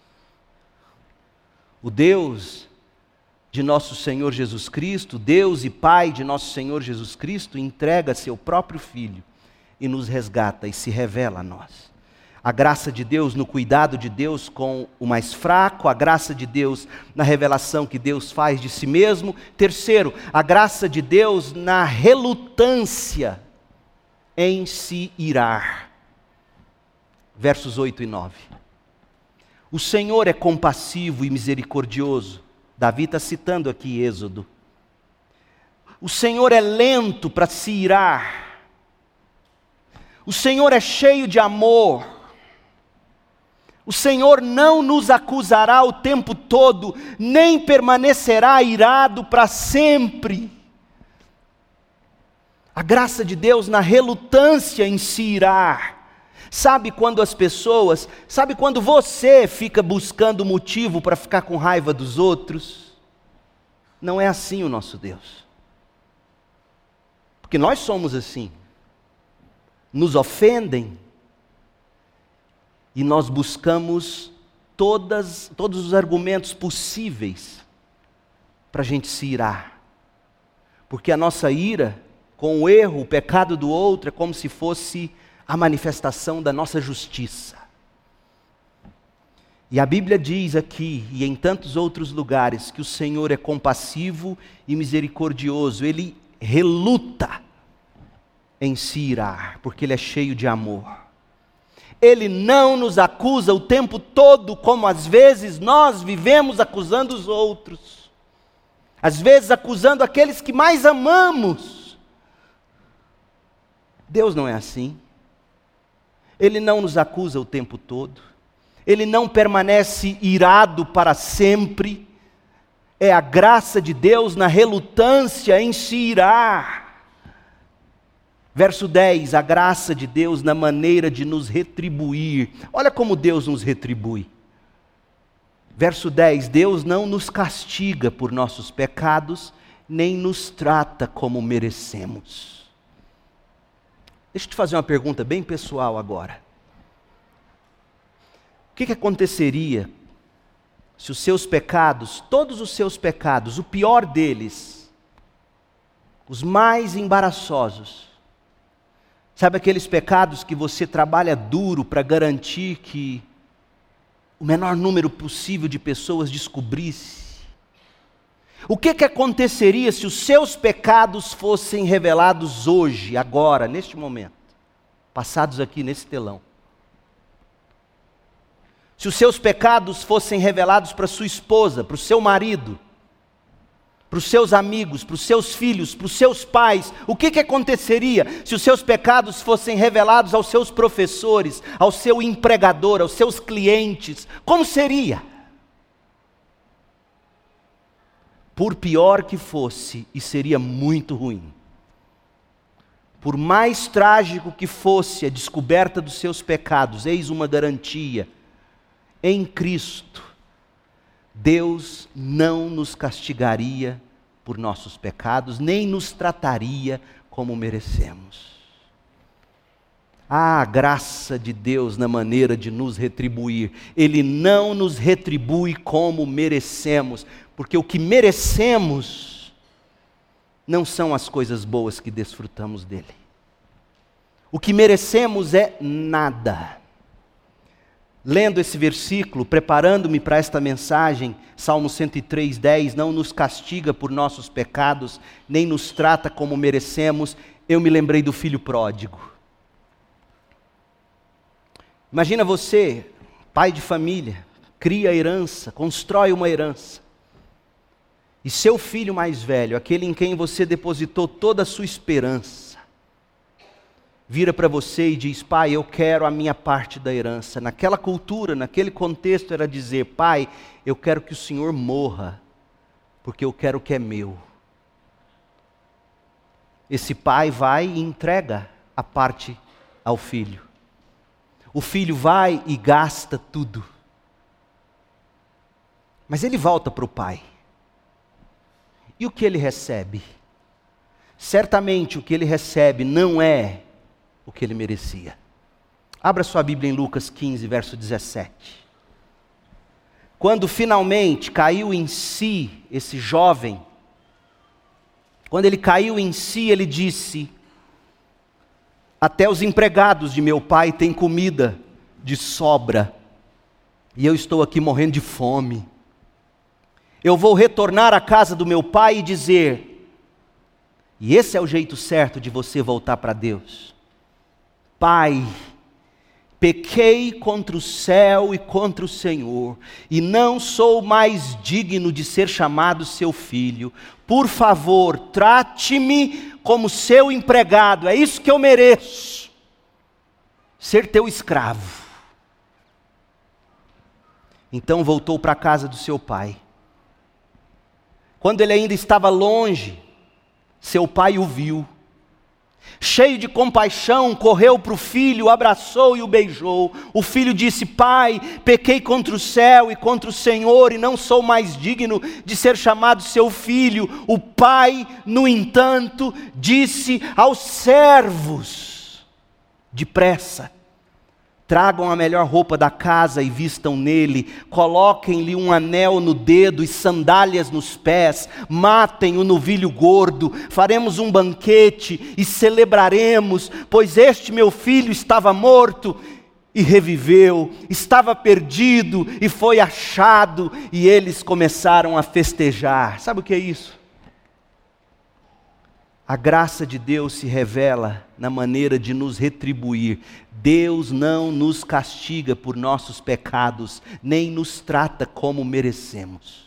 O Deus de nosso Senhor Jesus Cristo, Deus e Pai de nosso Senhor Jesus Cristo, entrega seu próprio Filho e nos resgata e se revela a nós. A graça de Deus no cuidado de Deus com o mais fraco, a graça de Deus na revelação que Deus faz de si mesmo. Terceiro, a graça de Deus na relutância em se irar. Versos oito e nove. O Senhor é compassivo e misericordioso. Davi está citando aqui Êxodo. O Senhor é lento para se irar. O Senhor é cheio de amor. O Senhor não nos acusará o tempo todo, nem permanecerá irado para sempre. A graça de Deus na relutância em se irar. Sabe quando as pessoas, sabe quando você fica buscando motivo para ficar com raiva dos outros? Não é assim o nosso Deus. Porque nós somos assim. Nos ofendem e nós buscamos todas, todos os argumentos possíveis para a gente se irar. Porque a nossa ira com o erro, o pecado do outro, é como se fosse a manifestação da nossa justiça. E a Bíblia diz aqui, e em tantos outros lugares, que o Senhor é compassivo e misericordioso. Ele reluta em se irar, porque Ele é cheio de amor. Ele não nos acusa o tempo todo, como às vezes nós vivemos acusando os outros. Às vezes acusando aqueles que mais amamos. Deus não é assim. Ele não nos acusa o tempo todo. Ele não permanece irado para sempre. É a graça de Deus na relutância em se irar. Verso dez, a graça de Deus na maneira de nos retribuir. Olha como Deus nos retribui. Verso dez, Deus não nos castiga por nossos pecados, nem nos trata como merecemos. Deixa eu te fazer uma pergunta bem pessoal agora. O que, que aconteceria se os seus pecados, todos os seus pecados, o pior deles, os mais embaraçosos, sabe aqueles pecados que você trabalha duro para garantir que o menor número possível de pessoas descobrisse? O que, que aconteceria se os seus pecados fossem revelados hoje, agora, neste momento, passados aqui nesse telão? Se os seus pecados fossem revelados para sua esposa, para o seu marido, para os seus amigos, para os seus filhos, para os seus pais, o que, que aconteceria se os seus pecados fossem revelados aos seus professores, ao seu empregador, aos seus clientes? Como seria? Por pior que fosse, e seria muito ruim. Por mais trágico que fosse a descoberta dos seus pecados, eis uma garantia: em Cristo, Deus não nos castigaria por nossos pecados, nem nos trataria como merecemos. Ah, a graça de Deus na maneira de nos retribuir. Ele não nos retribui como merecemos, porque o que merecemos não são as coisas boas que desfrutamos dele. O que merecemos é nada. Lendo esse versículo, preparando-me para esta mensagem, Salmo cento e três, dez, não nos castiga por nossos pecados, nem nos trata como merecemos, eu me lembrei do filho pródigo. Imagina você, pai de família, cria a herança, constrói uma herança, e seu filho mais velho, aquele em quem você depositou toda a sua esperança, vira para você e diz: pai, eu quero a minha parte da herança. Naquela cultura, naquele contexto, era dizer: pai, eu quero que o Senhor morra, porque eu quero o que é meu. Esse pai vai e entrega a parte ao filho. O filho vai e gasta tudo. Mas ele volta para o pai. E o que ele recebe? Certamente o que ele recebe não é o que ele merecia. Abra sua Bíblia em Lucas quinze, verso dezessete. Quando finalmente caiu em si esse jovem, quando ele caiu em si, ele disse: até os empregados de meu pai têm comida de sobra, e eu estou aqui morrendo de fome. Eu vou retornar à casa do meu pai e dizer, e esse é o jeito certo de você voltar para Deus: pai, pequei contra o céu e contra o Senhor, e não sou mais digno de ser chamado seu filho. Por favor, trate-me como seu empregado. É isso que eu mereço, ser teu escravo. Então voltou para a casa do seu pai. Quando ele ainda estava longe, seu pai o viu. Cheio de compaixão, correu para o filho, o abraçou e o beijou. O filho disse: pai, pequei contra o céu e contra o Senhor, e não sou mais digno de ser chamado seu filho. O pai, no entanto, disse aos servos: depressa, tragam a melhor roupa da casa e vistam nele, coloquem-lhe um anel no dedo e sandálias nos pés, matem o novilho gordo, faremos um banquete e celebraremos, pois este meu filho estava morto e reviveu, estava perdido e foi achado. E eles começaram a festejar. Sabe o que é isso? A graça de Deus se revela na maneira de nos retribuir. Deus não nos castiga por nossos pecados, nem nos trata como merecemos.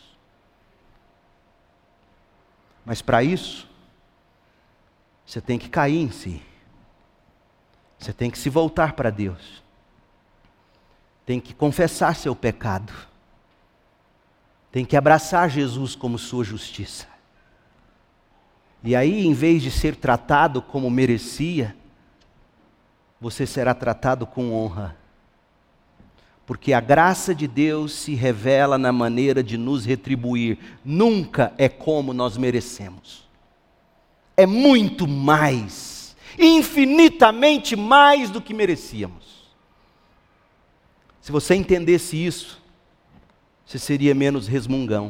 Mas para isso, você tem que cair em si. Você tem que se voltar para Deus. Tem que confessar seu pecado. Tem que abraçar Jesus como sua justiça. E aí, em vez de ser tratado como merecia, você será tratado com honra. Porque a graça de Deus se revela na maneira de nos retribuir. Nunca é como nós merecemos. É muito mais, infinitamente mais do que merecíamos. Se você entendesse isso, você seria menos resmungão.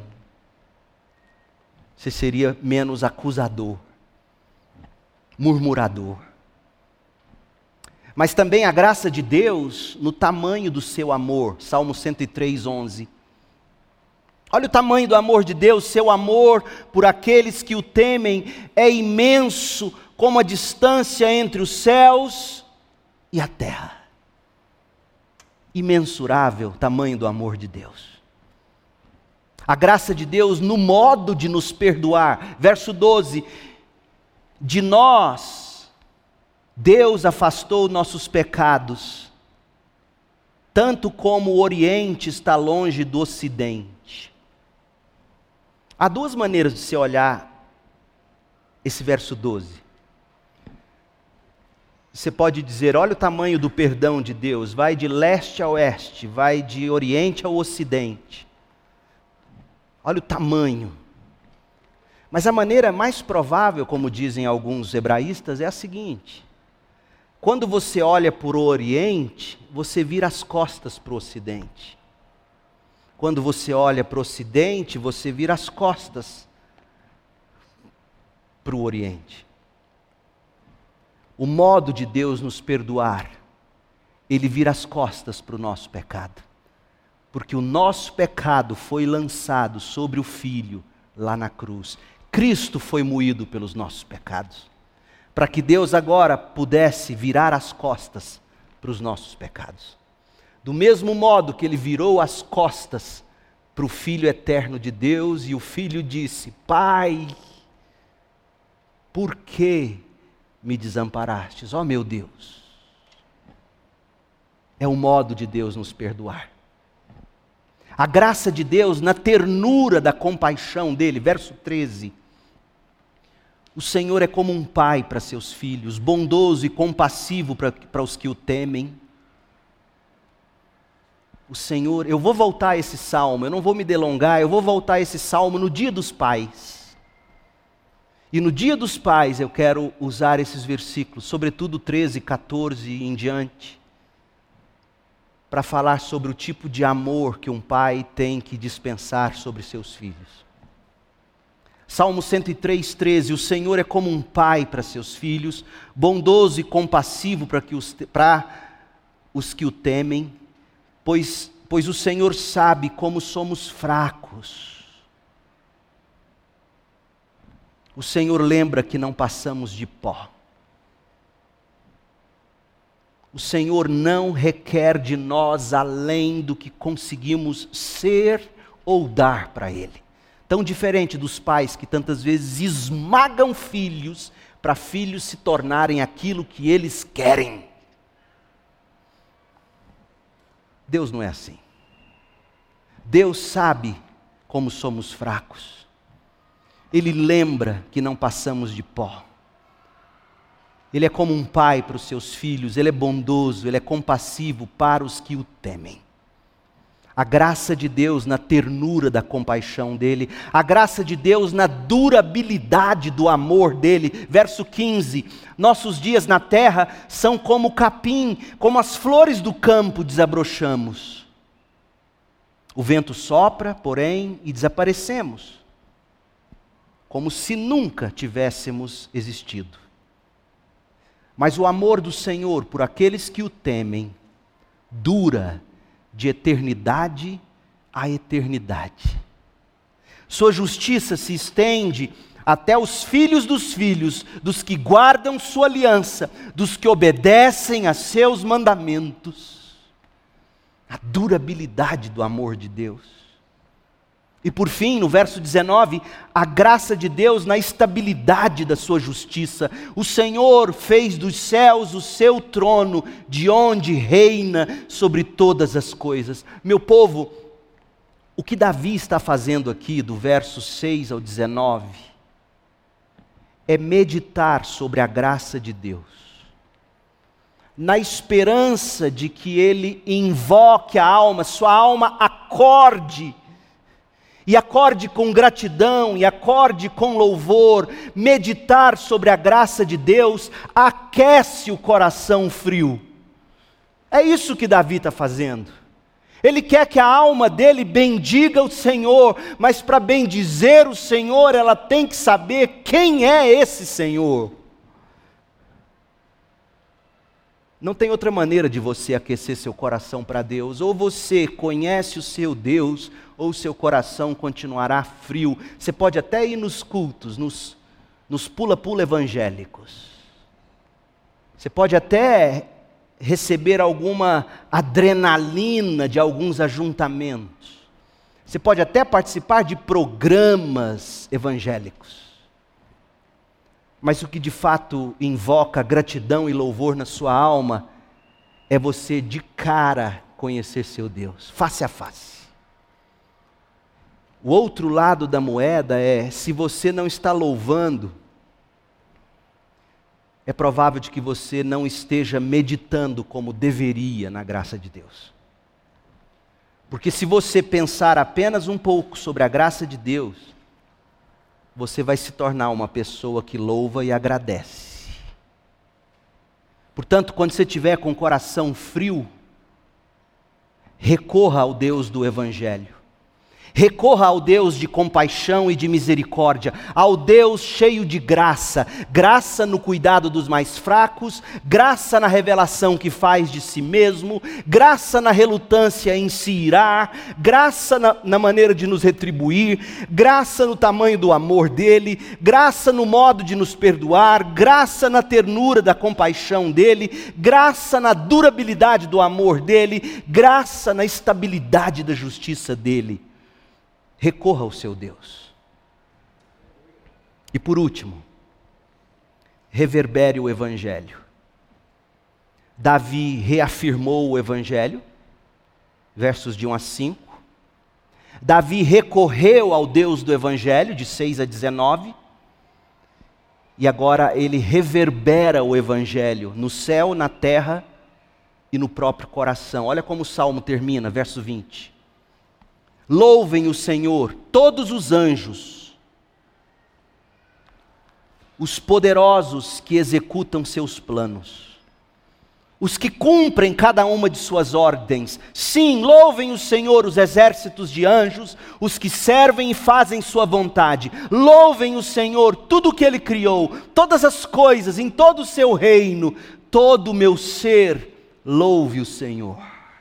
Você seria menos acusador, murmurador. Mas também a graça de Deus no tamanho do seu amor. Salmo cento e três, onze. Olha o tamanho do amor de Deus. Seu amor por aqueles que o temem é imenso, como a distância entre os céus e a terra. Imensurável o tamanho do amor de Deus. A graça de Deus no modo de nos perdoar. Verso doze. De nós, Deus afastou nossos pecados, tanto como o Oriente está longe do Ocidente. Há duas maneiras de se olhar esse verso doze. Você pode dizer: olha o tamanho do perdão de Deus, vai de leste a oeste, vai de Oriente ao Ocidente. Olha o tamanho. Mas a maneira mais provável, como dizem alguns hebraístas, é a seguinte: quando você olha para o Oriente, você vira as costas para o Ocidente. Quando você olha para o Ocidente, você vira as costas para o Oriente. O modo de Deus nos perdoar, Ele vira as costas para o nosso pecado. Porque o nosso pecado foi lançado sobre o Filho lá na cruz. Cristo foi moído pelos nossos pecados. Para que Deus agora pudesse virar as costas para os nossos pecados. Do mesmo modo que Ele virou as costas para o Filho eterno de Deus, e o Filho disse: Pai, por que me desamparastes. Ó meu Deus. É o modo de Deus nos perdoar. A graça de Deus na ternura da compaixão dele. Verso treze. O Senhor é como um pai para seus filhos, bondoso e compassivo para, para os que o temem. O Senhor, eu vou voltar a esse salmo, eu não vou me delongar, eu vou voltar a esse salmo no dia dos pais. E no dia dos pais eu quero usar esses versículos, sobretudo treze, quatorze e em diante, para falar sobre o tipo de amor que um pai tem que dispensar sobre seus filhos. Salmo cento e três, treze, o Senhor é como um pai para seus filhos, bondoso e compassivo para, que os, para os que o temem, pois, pois o Senhor sabe como somos fracos. O Senhor lembra que não passamos de pó. O Senhor não requer de nós além do que conseguimos ser ou dar para Ele. Tão diferente dos pais que tantas vezes esmagam filhos para filhos se tornarem aquilo que eles querem. Deus não é assim. Deus sabe como somos fracos. Ele lembra que não passamos de pó. Ele é como um pai para os seus filhos, Ele é bondoso, Ele é compassivo para os que o temem. A graça de Deus na ternura da compaixão dEle, a graça de Deus na durabilidade do amor dEle. Verso quinze, nossos dias na terra são como o capim, como as flores do campo desabrochamos. O vento sopra, porém, e desaparecemos, como se nunca tivéssemos existido. Mas o amor do Senhor por aqueles que o temem dura de eternidade a eternidade. Sua justiça se estende até os filhos dos filhos, dos que guardam sua aliança, dos que obedecem a seus mandamentos. A durabilidade do amor de Deus. E por fim, no verso dezenove, a graça de Deus na estabilidade da sua justiça. O Senhor fez dos céus o seu trono, de onde reina sobre todas as coisas. Meu povo, o que Davi está fazendo aqui, do verso seis ao dezenove, é meditar sobre a graça de Deus, na esperança de que ele invoque a alma, sua alma acorde, e acorde com gratidão, e acorde com louvor. Meditar sobre a graça de Deus aquece o coração frio. É isso que Davi está fazendo. Ele quer que a alma dele bendiga o Senhor, mas para bendizer o Senhor, ela tem que saber quem é esse Senhor. Não tem outra maneira de você aquecer seu coração para Deus. Ou você conhece o seu Deus, ou seu coração continuará frio. Você pode até ir nos cultos, nos, nos pula-pula evangélicos. Você pode até receber alguma adrenalina de alguns ajuntamentos. Você pode até participar de programas evangélicos. Mas o que de fato invoca gratidão e louvor na sua alma é você de cara conhecer seu Deus, face a face. O outro lado da moeda é, se você não está louvando, é provável de que você não esteja meditando como deveria na graça de Deus. Porque se você pensar apenas um pouco sobre a graça de Deus, você vai se tornar uma pessoa que louva e agradece. Portanto, quando você estiver com o coração frio, recorra ao Deus do Evangelho. Recorra ao Deus de compaixão e de misericórdia, ao Deus cheio de graça, graça no cuidado dos mais fracos, graça na revelação que faz de si mesmo, graça na relutância em se irar, graça na, na maneira de nos retribuir, graça no tamanho do amor dele, graça no modo de nos perdoar, graça na ternura da compaixão dele, graça na durabilidade do amor dele, graça na estabilidade da justiça dele. Recorra ao seu Deus. E por último, reverbere o Evangelho. Davi reafirmou o Evangelho, versos de um a cinco. Davi recorreu ao Deus do Evangelho, de seis a dezenove. E agora ele reverbera o Evangelho no céu, na terra e no próprio coração. Olha como o Salmo termina, verso vinte. Louvem o Senhor, todos os anjos, os poderosos que executam seus planos, os que cumprem cada uma de suas ordens. Sim, louvem o Senhor, os exércitos de anjos, os que servem e fazem sua vontade. Louvem o Senhor, tudo o que Ele criou, todas as coisas, em todo o seu reino. Todo o meu ser, louve o Senhor.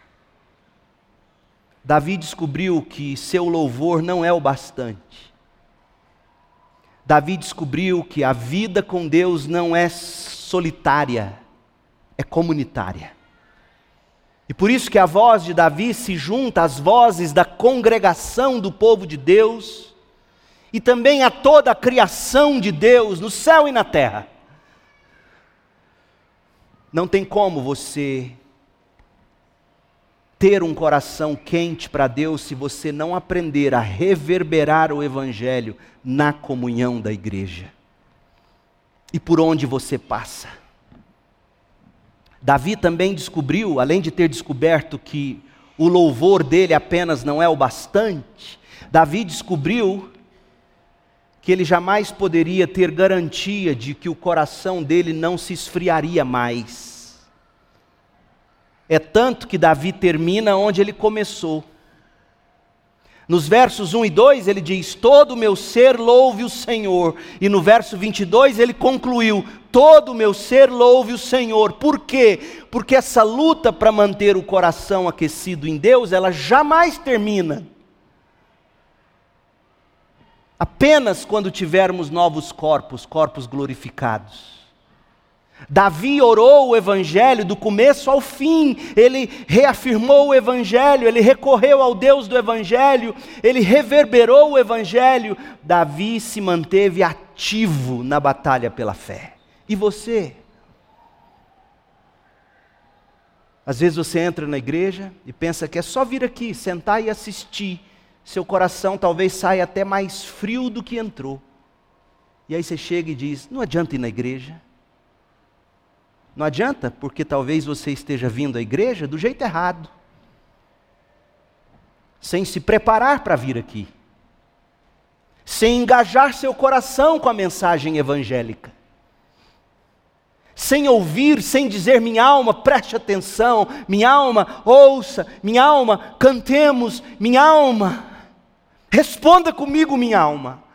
Davi descobriu que seu louvor não é o bastante. Davi descobriu que a vida com Deus não é solitária, é comunitária. E por isso que a voz de Davi se junta às vozes da congregação do povo de Deus e também a toda a criação de Deus no céu e na terra. Não tem como você ter um coração quente para Deus se você não aprender a reverberar o Evangelho na comunhão da igreja e por onde você passa. Davi também descobriu, além de ter descoberto que o louvor dele apenas não é o bastante, Davi descobriu que ele jamais poderia ter garantia de que o coração dele não se esfriaria mais. É tanto que Davi termina onde ele começou. Nos versos um e dois ele diz, todo o meu ser louve o Senhor. E no verso vinte e dois ele concluiu, todo o meu ser louve o Senhor. Por quê? Porque essa luta para manter o coração aquecido em Deus, ela jamais termina. Apenas quando tivermos novos corpos, corpos glorificados. Davi orou o Evangelho do começo ao fim, ele reafirmou o Evangelho, ele recorreu ao Deus do Evangelho, ele reverberou o Evangelho. Davi se manteve ativo na batalha pela fé. E você? Às vezes você entra na igreja e pensa que é só vir aqui, sentar e assistir. Seu coração talvez saia até mais frio do que entrou. E aí você chega e diz, não adianta ir na igreja. Não adianta, porque talvez você esteja vindo à igreja do jeito errado, sem se preparar para vir aqui, sem engajar seu coração com a mensagem evangélica, sem ouvir, sem dizer, minha alma, preste atenção, minha alma, ouça, minha alma, cantemos, minha alma, responda comigo, minha alma.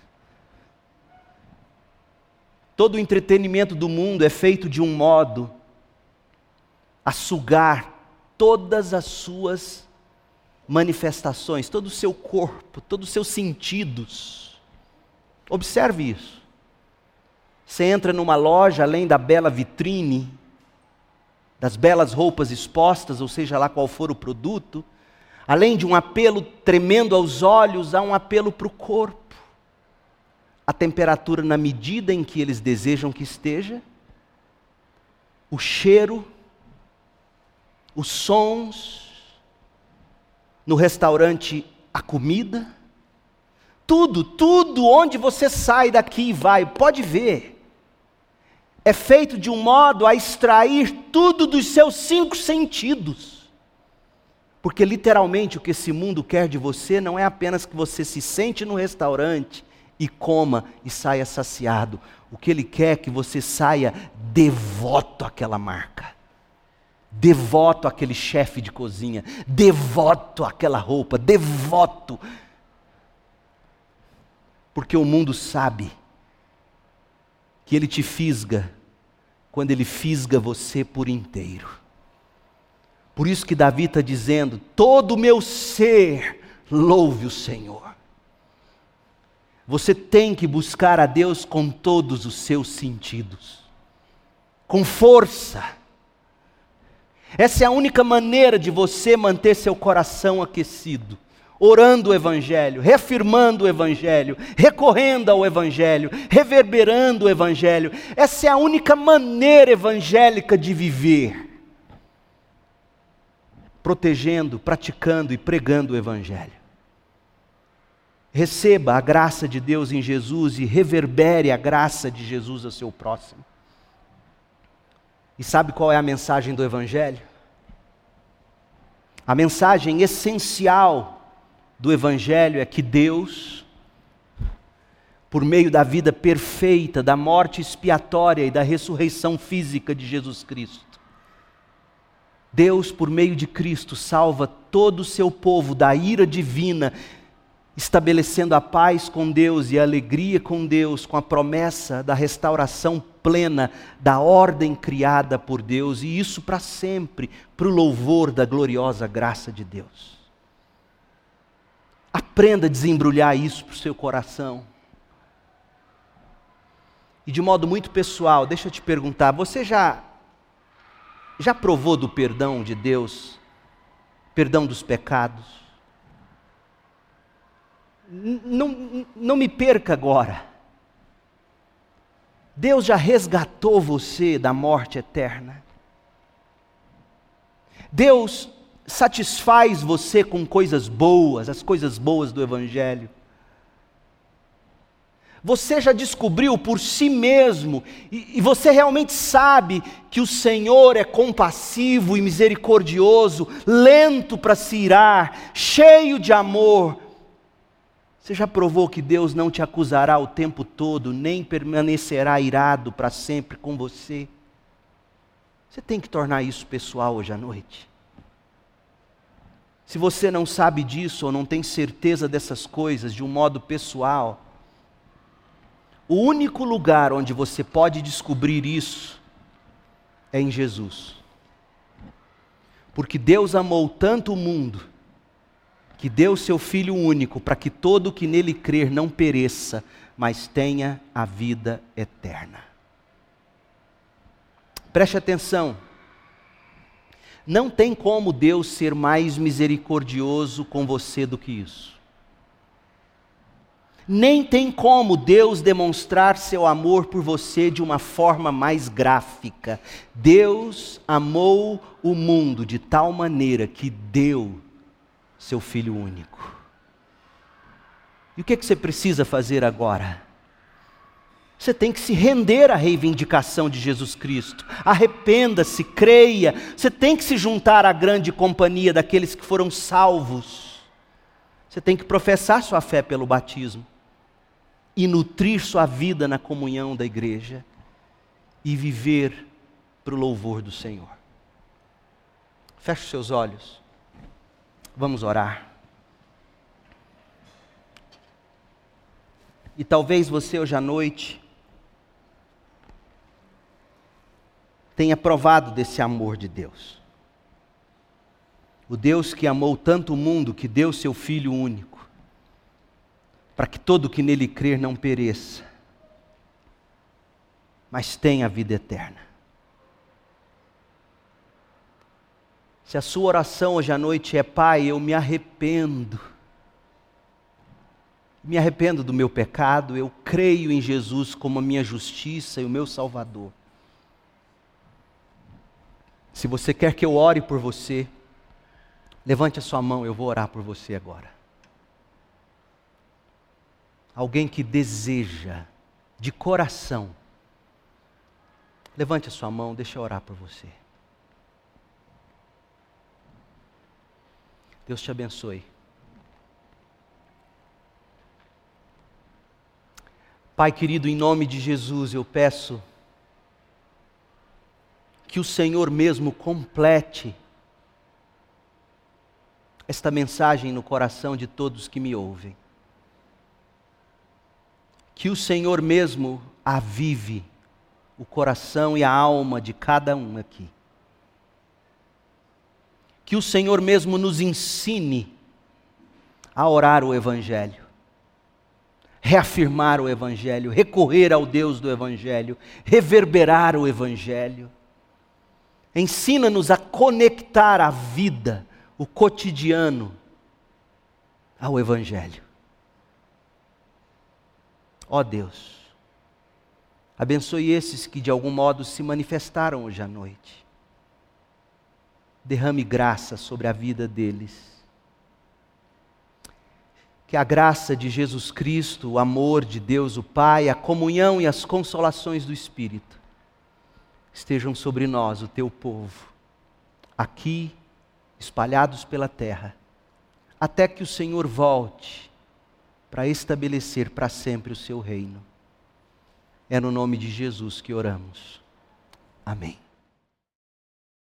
Todo o entretenimento do mundo é feito de um modo a sugar todas as suas manifestações, todo o seu corpo, todos os seus sentidos. Observe isso. Você entra numa loja, além da bela vitrine, das belas roupas expostas, ou seja lá qual for o produto, além de um apelo tremendo aos olhos, há um apelo para o corpo. A temperatura na medida em que eles desejam que esteja, o cheiro, os sons, no restaurante a comida, tudo, tudo onde você sai daqui e vai, pode ver, é feito de um modo a extrair tudo dos seus cinco sentidos. Porque literalmente o que esse mundo quer de você não é apenas que você se sente no restaurante, e coma e saia saciado. O que ele quer é que você saia devoto àquela marca, devoto àquele chefe de cozinha, devoto àquela roupa, devoto. Porque o mundo sabe que ele te fisga quando ele fisga você por inteiro. Por isso que Davi está dizendo, todo o meu ser louve o Senhor. Você tem que buscar a Deus com todos os seus sentidos, com força. Essa é a única maneira de você manter seu coração aquecido. orando o Evangelho, reafirmando o Evangelho, recorrendo ao Evangelho, reverberando o Evangelho. Essa é a única maneira evangélica de viver. Protegendo, praticando e pregando o Evangelho. Receba a graça de Deus em Jesus e reverbere a graça de Jesus ao seu próximo. E sabe qual é a mensagem do Evangelho? A mensagem essencial do Evangelho é que Deus, por meio da vida perfeita, da morte expiatória e da ressurreição física de Jesus Cristo, Deus, por meio de Cristo, salva todo o seu povo da ira divina, estabelecendo a paz com Deus e a alegria com Deus, com a promessa da restauração plena da ordem criada por Deus, e isso para sempre, para o louvor da gloriosa graça de Deus. Aprenda a desembrulhar isso para o seu coração. E de modo muito pessoal, deixa eu te perguntar, você já, já provou do perdão de Deus? Perdão dos pecados? Não, não me perca agora. Deus já resgatou você da morte eterna. Deus satisfaz você com coisas boas, as coisas boas do Evangelho. Você já descobriu por si mesmo, e, e você realmente sabe que o Senhor é compassivo e misericordioso, lento para se irar, cheio de amor. Você já provou que Deus não te acusará o tempo todo, nem permanecerá irado para sempre com você? Você tem que tornar isso pessoal hoje à noite. Se você não sabe disso ou não tem certeza dessas coisas de um modo pessoal, o único lugar onde você pode descobrir isso é em Jesus. Porque Deus amou tanto o mundo, que deu seu Filho único, para que todo o que nele crer não pereça, mas tenha a vida eterna. Preste atenção. Não tem como Deus ser mais misericordioso com você do que isso. Nem tem como Deus demonstrar seu amor por você de uma forma mais gráfica. Deus amou o mundo de tal maneira que deu seu Filho único. E o que, é que você precisa fazer agora? Você tem que se render à reivindicação de Jesus Cristo. Arrependa-se, creia. Você tem que se juntar à grande companhia daqueles que foram salvos. Você tem que professar sua fé pelo batismo e nutrir sua vida na comunhão da igreja e viver para o louvor do Senhor. Feche os seus olhos. Vamos orar. E talvez você hoje à noite tenha provado desse amor de Deus. O Deus que amou tanto o mundo que deu seu Filho único, para que todo que nele crer não pereça, mas tenha a vida eterna. Se a sua oração hoje à noite é: Pai, eu me arrependo, me arrependo do meu pecado, eu creio em Jesus como a minha justiça e o meu Salvador. Se você quer que eu ore por você, levante a sua mão, eu vou orar por você agora. Alguém que deseja, de coração, levante a sua mão, deixa eu orar por você. Deus te abençoe. Pai querido, em nome de Jesus, eu peço que o Senhor mesmo complete esta mensagem no coração de todos que me ouvem. Que o Senhor mesmo avive o coração e a alma de cada um aqui. Que o Senhor mesmo nos ensine a orar o Evangelho, reafirmar o Evangelho, recorrer ao Deus do Evangelho, reverberar o Evangelho. Ensina-nos a conectar a vida, o cotidiano, ao Evangelho. Ó Deus, abençoe esses que de algum modo se manifestaram hoje à noite. Derrame graça sobre a vida deles. Que a graça de Jesus Cristo, o amor de Deus o Pai, a comunhão e as consolações do Espírito estejam sobre nós, o teu povo, aqui, espalhados pela terra, até que o Senhor volte para estabelecer para sempre o seu reino. É no nome de Jesus que oramos. Amém.